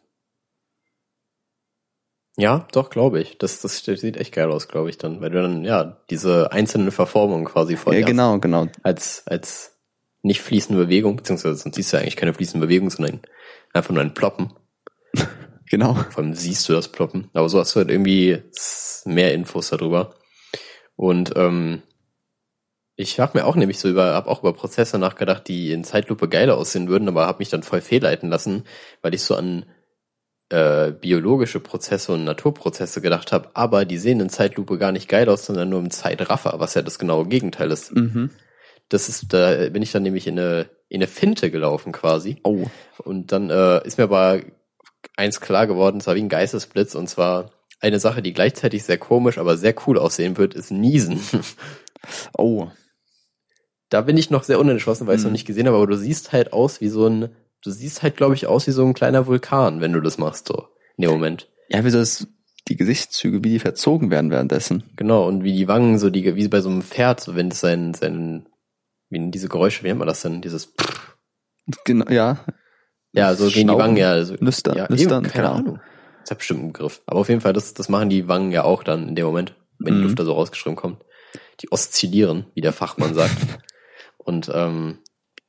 Ja, doch, glaube ich. Das sieht echt geil aus, glaube ich, dann. Weil du dann, diese einzelnen Verformungen quasi vor dir hast. Genau. Als nicht fließende Bewegung, beziehungsweise sonst siehst du ja eigentlich keine fließende Bewegung, sondern einfach nur ein Ploppen. Genau. Vor allem siehst du das Ploppen. Aber so hast du halt irgendwie mehr Infos darüber. Und ich habe mir auch nämlich hab auch über Prozesse nachgedacht, die in Zeitlupe geiler aussehen würden, aber habe mich dann voll fehlleiten lassen, weil ich so an biologische Prozesse und Naturprozesse gedacht habe, aber die sehen in Zeitlupe gar nicht geil aus, sondern nur im Zeitraffer, was ja das genaue Gegenteil ist. Da bin ich dann nämlich in eine Finte gelaufen quasi. Oh. Und dann ist mir aber eins klar geworden, es war wie ein Geistesblitz, und zwar eine Sache, die gleichzeitig sehr komisch, aber sehr cool aussehen wird, ist Niesen. Oh. Da bin ich noch sehr unentschlossen, weil ich es noch nicht gesehen habe, aber du siehst halt, glaube ich, aus wie so ein kleiner Vulkan, wenn du das machst, so, in dem Moment. Ja, wie die Gesichtszüge, wie die verzogen werden währenddessen. Genau, und wie die Wangen, so wie bei so einem Pferd, so wenn es wie diese Geräusche, wie nennt man das denn, dieses Genau, ja. Ja, so gehen die Wangen ja. Also, Lüstern, keine Ahnung. Das hat bestimmt einen Begriff. Aber auf jeden Fall, das machen die Wangen ja auch dann in dem Moment, wenn die Luft da so rausgeschrieben kommt. Die oszillieren, wie der Fachmann sagt. Und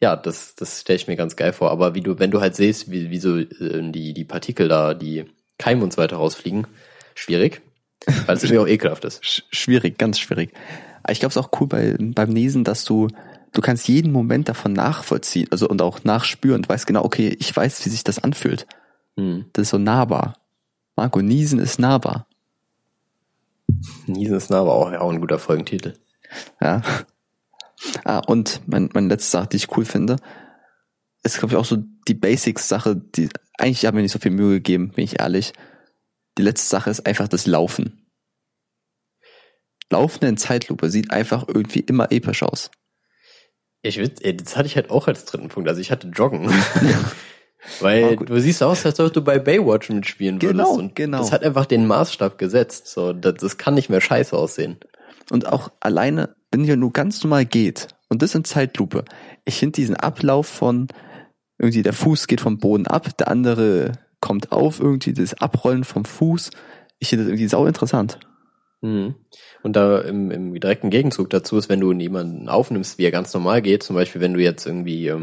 Ja, das stelle ich mir ganz geil vor. Aber wenn du halt siehst, wie so die Partikel da, die Keime und so weiter rausfliegen, schwierig. Weil es irgendwie auch ekelhaft ist. Schwierig, ganz schwierig. Aber ich glaube, es ist auch cool beim Niesen, dass du kannst jeden Moment davon nachvollziehen, also und auch nachspüren. Du weißt genau, okay, ich weiß, wie sich das anfühlt. Das ist so nahbar. Marco, Niesen ist nahbar. Niesen ist nah, aber auch ein guter Folgentitel. Ja. Und meine letzte Sache, die ich cool finde, ist, glaube ich, auch so die Basics-Sache, die eigentlich habe mir nicht so viel Mühe gegeben, bin ich ehrlich. Die letzte Sache ist einfach das Laufen. Laufen in Zeitlupe sieht einfach irgendwie immer episch aus. Das hatte ich halt auch als dritten Punkt. Also ich hatte Joggen. Weil du siehst aus, als ob du bei Baywatch mitspielen würdest. Und genau. Das hat einfach den Maßstab gesetzt. So, das kann nicht mehr scheiße aussehen. Und auch alleine, wenn ihr nur ganz normal geht, und das in Zeitlupe, ich finde diesen Ablauf von irgendwie der Fuß geht vom Boden ab, der andere kommt auf, irgendwie das Abrollen vom Fuß. Ich finde das irgendwie sau interessant. Und da im direkten Gegenzug dazu ist, wenn du jemanden aufnimmst, wie er ganz normal geht, zum Beispiel wenn du jetzt irgendwie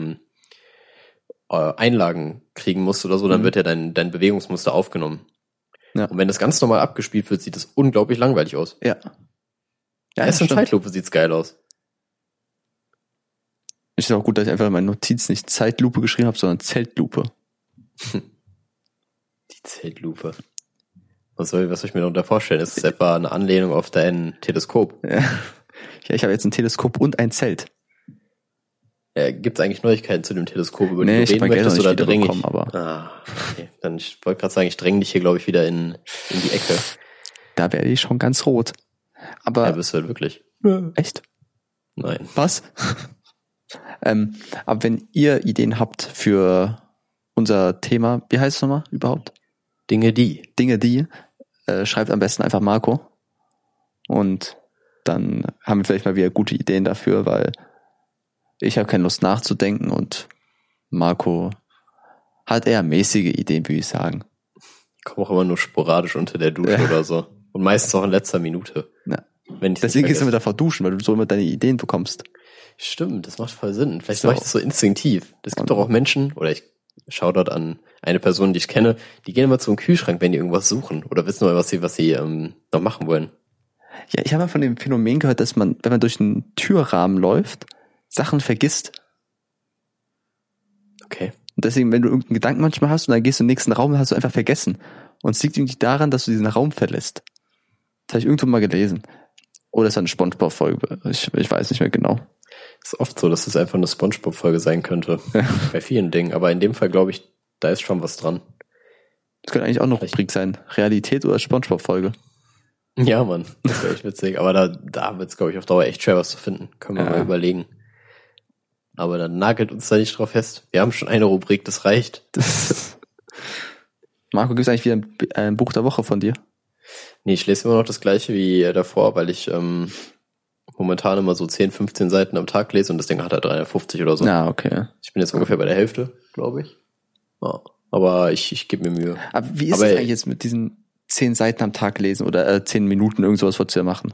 Einlagen kriegen musst oder so, dann wird ja dein Bewegungsmuster aufgenommen. Ja. Und wenn das ganz normal abgespielt wird, sieht das unglaublich langweilig aus. Ja. Ja, erst in Zeitlupe sieht's geil aus. Ich finde auch gut, dass ich einfach in meinen Notizen nicht Zeitlupe geschrieben habe, sondern Zeltlupe. Die Zeltlupe. Was soll ich mir darunter vorstellen? Ist das etwa eine Anlehnung auf dein Teleskop? Ja, ich habe jetzt ein Teleskop und ein Zelt. Ja, gibt's eigentlich Neuigkeiten zu dem Teleskop, über die du reden möchtest, oder dränge ich? Okay. Dann, ich wollte gerade sagen, ich dränge dich hier, glaube ich, wieder in die Ecke. Da werde ich schon ganz rot. Aber ja, bist du halt wirklich. Echt? Nein. Was? Aber wenn ihr Ideen habt für unser Thema, wie heißt es nochmal überhaupt? Dinge die, schreibt am besten einfach Marco. Und dann haben wir vielleicht mal wieder gute Ideen dafür, weil ich habe keine Lust nachzudenken und Marco hat eher mäßige Ideen, würde ich sagen. Ich komme auch immer nur sporadisch unter der Dusche oder so. Und meistens auch in letzter Minute. Ja. Deswegen gehst du immer davor duschen, weil du so immer deine Ideen bekommst. Stimmt, das macht voll Sinn. Vielleicht mache ich das so instinktiv. Das gibt doch auch Menschen, oder ich schaue dort an eine Person, die ich kenne, die gehen immer zum Kühlschrank, wenn die irgendwas suchen oder wissen mal, was sie noch machen wollen. Ja, ich habe mal von dem Phänomen gehört, dass man, wenn man durch einen Türrahmen läuft, Sachen vergisst. Okay. Und deswegen, wenn du irgendeinen Gedanken manchmal hast und dann gehst du in den nächsten Raum, dann hast du einfach vergessen. Und es liegt irgendwie daran, dass du diesen Raum verlässt. Das habe ich irgendwo mal gelesen. Oder es ist eine SpongeBob-Folge. Ich weiß nicht mehr genau. Es ist oft so, dass es einfach eine SpongeBob-Folge sein könnte. Ja. Bei vielen Dingen. Aber in dem Fall glaube ich, da ist schon was dran. Das könnte eigentlich auch eine Rubrik sein. Realität oder SpongeBob-Folge. Ja, Mann. Das wäre echt witzig. Aber da wird es, glaube ich, auf Dauer echt schwer, was zu finden. Können wir mal überlegen. Aber dann nagelt uns da nicht drauf fest. Wir haben schon eine Rubrik, das reicht. Marco, gibt es eigentlich wieder ein Buch der Woche von dir? Nee, ich lese immer noch das gleiche wie davor, weil ich momentan immer so 10, 15 Seiten am Tag lese und das Ding hat halt 350 oder so. Ja, okay. Ich bin jetzt ungefähr bei der Hälfte, glaube ich. Ja, aber ich gebe mir Mühe. Aber wie ist es eigentlich jetzt mit diesen 10 Seiten am Tag lesen oder 10 Minuten, irgend sowas wolltest du ja machen?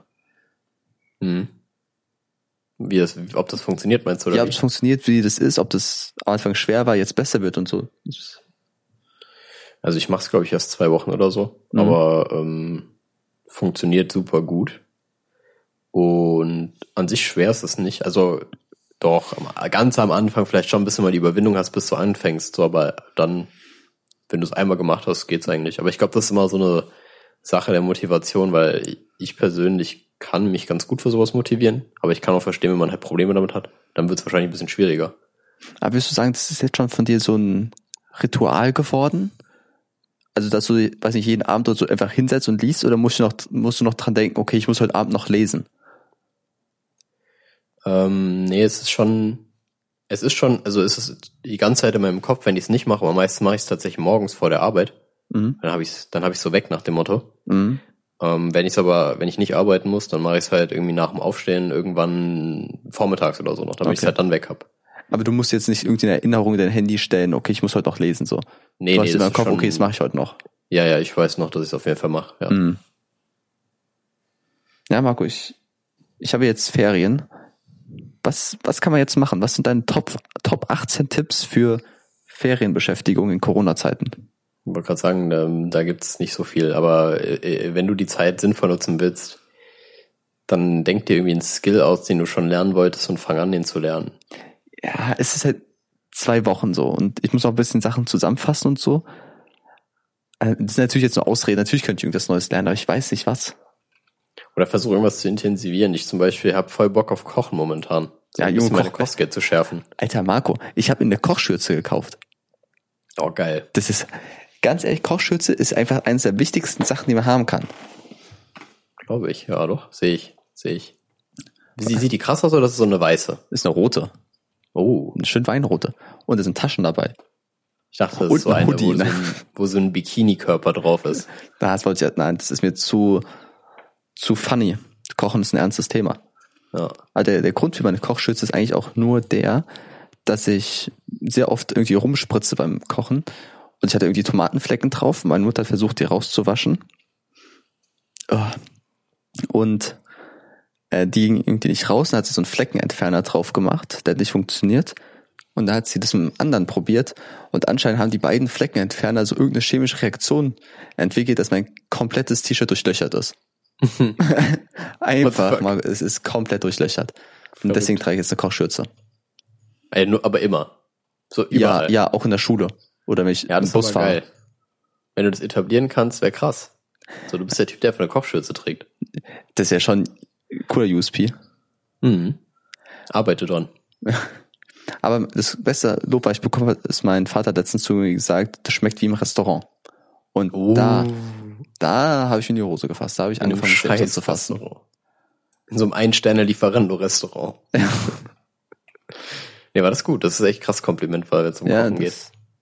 Ob das funktioniert, meinst du? Oder ja, ob es funktioniert, wie das ist, ob das am Anfang schwer war, jetzt besser wird und so. Also ich mache es, glaube ich, erst 2 Wochen oder so, aber funktioniert super gut. Und an sich schwer ist es nicht. Also doch, ganz am Anfang vielleicht schon ein bisschen mal die Überwindung hast, bis du anfängst. So, aber dann, wenn du es einmal gemacht hast, geht's eigentlich. Aber ich glaube, das ist immer so eine Sache der Motivation, weil ich persönlich kann mich ganz gut für sowas motivieren. Aber ich kann auch verstehen, wenn man halt Probleme damit hat, dann wird es wahrscheinlich ein bisschen schwieriger. Aber würdest du sagen, das ist jetzt schon von dir so ein Ritual geworden? Also, dass du, weiß nicht, jeden Abend dort so einfach hinsetzt und liest, oder musst du noch dran denken, okay, ich muss heute Abend noch lesen? Nee, es ist die ganze Zeit in meinem Kopf, wenn ich es nicht mache, aber meistens mache ich es tatsächlich morgens vor der Arbeit. Dann habe ich es so weg nach dem Motto. Wenn ich nicht arbeiten muss, dann mache ich es halt irgendwie nach dem Aufstehen irgendwann vormittags oder so noch, damit ich es halt dann weg habe. Aber du musst jetzt nicht irgendwie eine Erinnerung in dein Handy stellen, okay, ich muss heute noch lesen, so. Nee, du hast immer im Kopf, okay, das mache ich heute noch. Ja, ich weiß noch, dass ich es auf jeden Fall mache, ja. Ja, Marco, ich habe jetzt Ferien. was kann man jetzt machen? Was sind deine Top 18 Tipps für Ferienbeschäftigung in Corona-Zeiten? Ich wollte gerade sagen, da gibt's nicht so viel, aber wenn du die Zeit sinnvoll nutzen willst, dann denk dir irgendwie einen Skill aus, den du schon lernen wolltest und fang an, den zu lernen. Ja, es ist halt 2 Wochen so und ich muss auch ein bisschen Sachen zusammenfassen und so. Das sind natürlich jetzt nur Ausreden. Natürlich könnte ich irgendwas Neues lernen, aber ich weiß nicht was. Oder versuche irgendwas zu intensivieren. Ich zum Beispiel habe voll Bock auf Kochen momentan. So Ja, ein bisschen Junge, meine Kochskills zu schärfen. Alter Marco, ich habe in der Kochschürze gekauft. Oh, geil. Das ist, ganz ehrlich, Kochschürze ist einfach eines der wichtigsten Sachen, die man haben kann. Glaube ich, ja doch. Sehe ich. Sieht die krass aus oder ist es so eine weiße? Ist eine rote. Oh. Eine schön weinrote. Und es sind Taschen dabei. Ich dachte, das Und ist so ein eine, Hoodie, wo so ein Bikini-Körper drauf ist. Nein, das ist mir zu funny. Kochen ist ein ernstes Thema. Ja. Also der Grund für meine Kochschürze ist eigentlich auch nur der, dass ich sehr oft irgendwie rumspritze beim Kochen. Und ich hatte irgendwie Tomatenflecken drauf. Meine Mutter hat versucht, die rauszuwaschen. Und die ging irgendwie nicht raus. Dann hat sie so einen Fleckenentferner drauf gemacht. Der hat nicht funktioniert. Und da hat sie das mit einem anderen probiert. Und anscheinend haben die beiden Fleckenentferner so irgendeine chemische Reaktion entwickelt, dass mein komplettes T-Shirt durchlöchert ist. Einfach mal, es ist komplett durchlöchert. Und deswegen trage ich jetzt eine Kochschürze. Aber immer. So überall. Ja, auch in der Schule. Oder wenn ich im Bus fahre. Geil. Wenn du das etablieren kannst, wäre krass. So, du bist der Typ, der eine Kochschürze trägt. Das ist ja schon ein cooler USP. Mhm. Arbeite dran. Aber das beste Lob, was ich bekommen habe, ist mein Vater letztens zu mir gesagt, das schmeckt wie im Restaurant. Und da habe ich in die Hose gefasst. Da habe ich angefangen, selbst zu fassen. In so einem Ein-Sterne-Lieferando-Restaurant. Ja. Nee, war das gut. Das ist echt krass Kompliment, weil es um Kochen geht.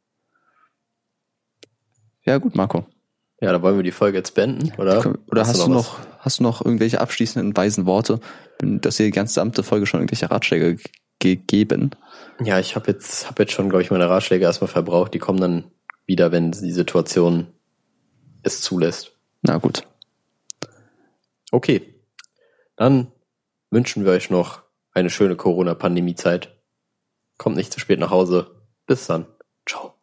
Ja, gut, Marco. Ja, da wollen wir die Folge jetzt beenden, oder? Oder hast du noch irgendwelche abschließenden weisen Worte? Dass ihr die ganze gesamte Folge schon irgendwelche Ratschläge gegeben? Ja, ich habe jetzt schon, glaube ich, meine Ratschläge erstmal verbraucht. Die kommen dann wieder, wenn die Situation es zulässt. Na gut. Okay. Dann wünschen wir euch noch eine schöne Corona-Pandemie-Zeit. Kommt nicht zu spät nach Hause. Bis dann. Ciao.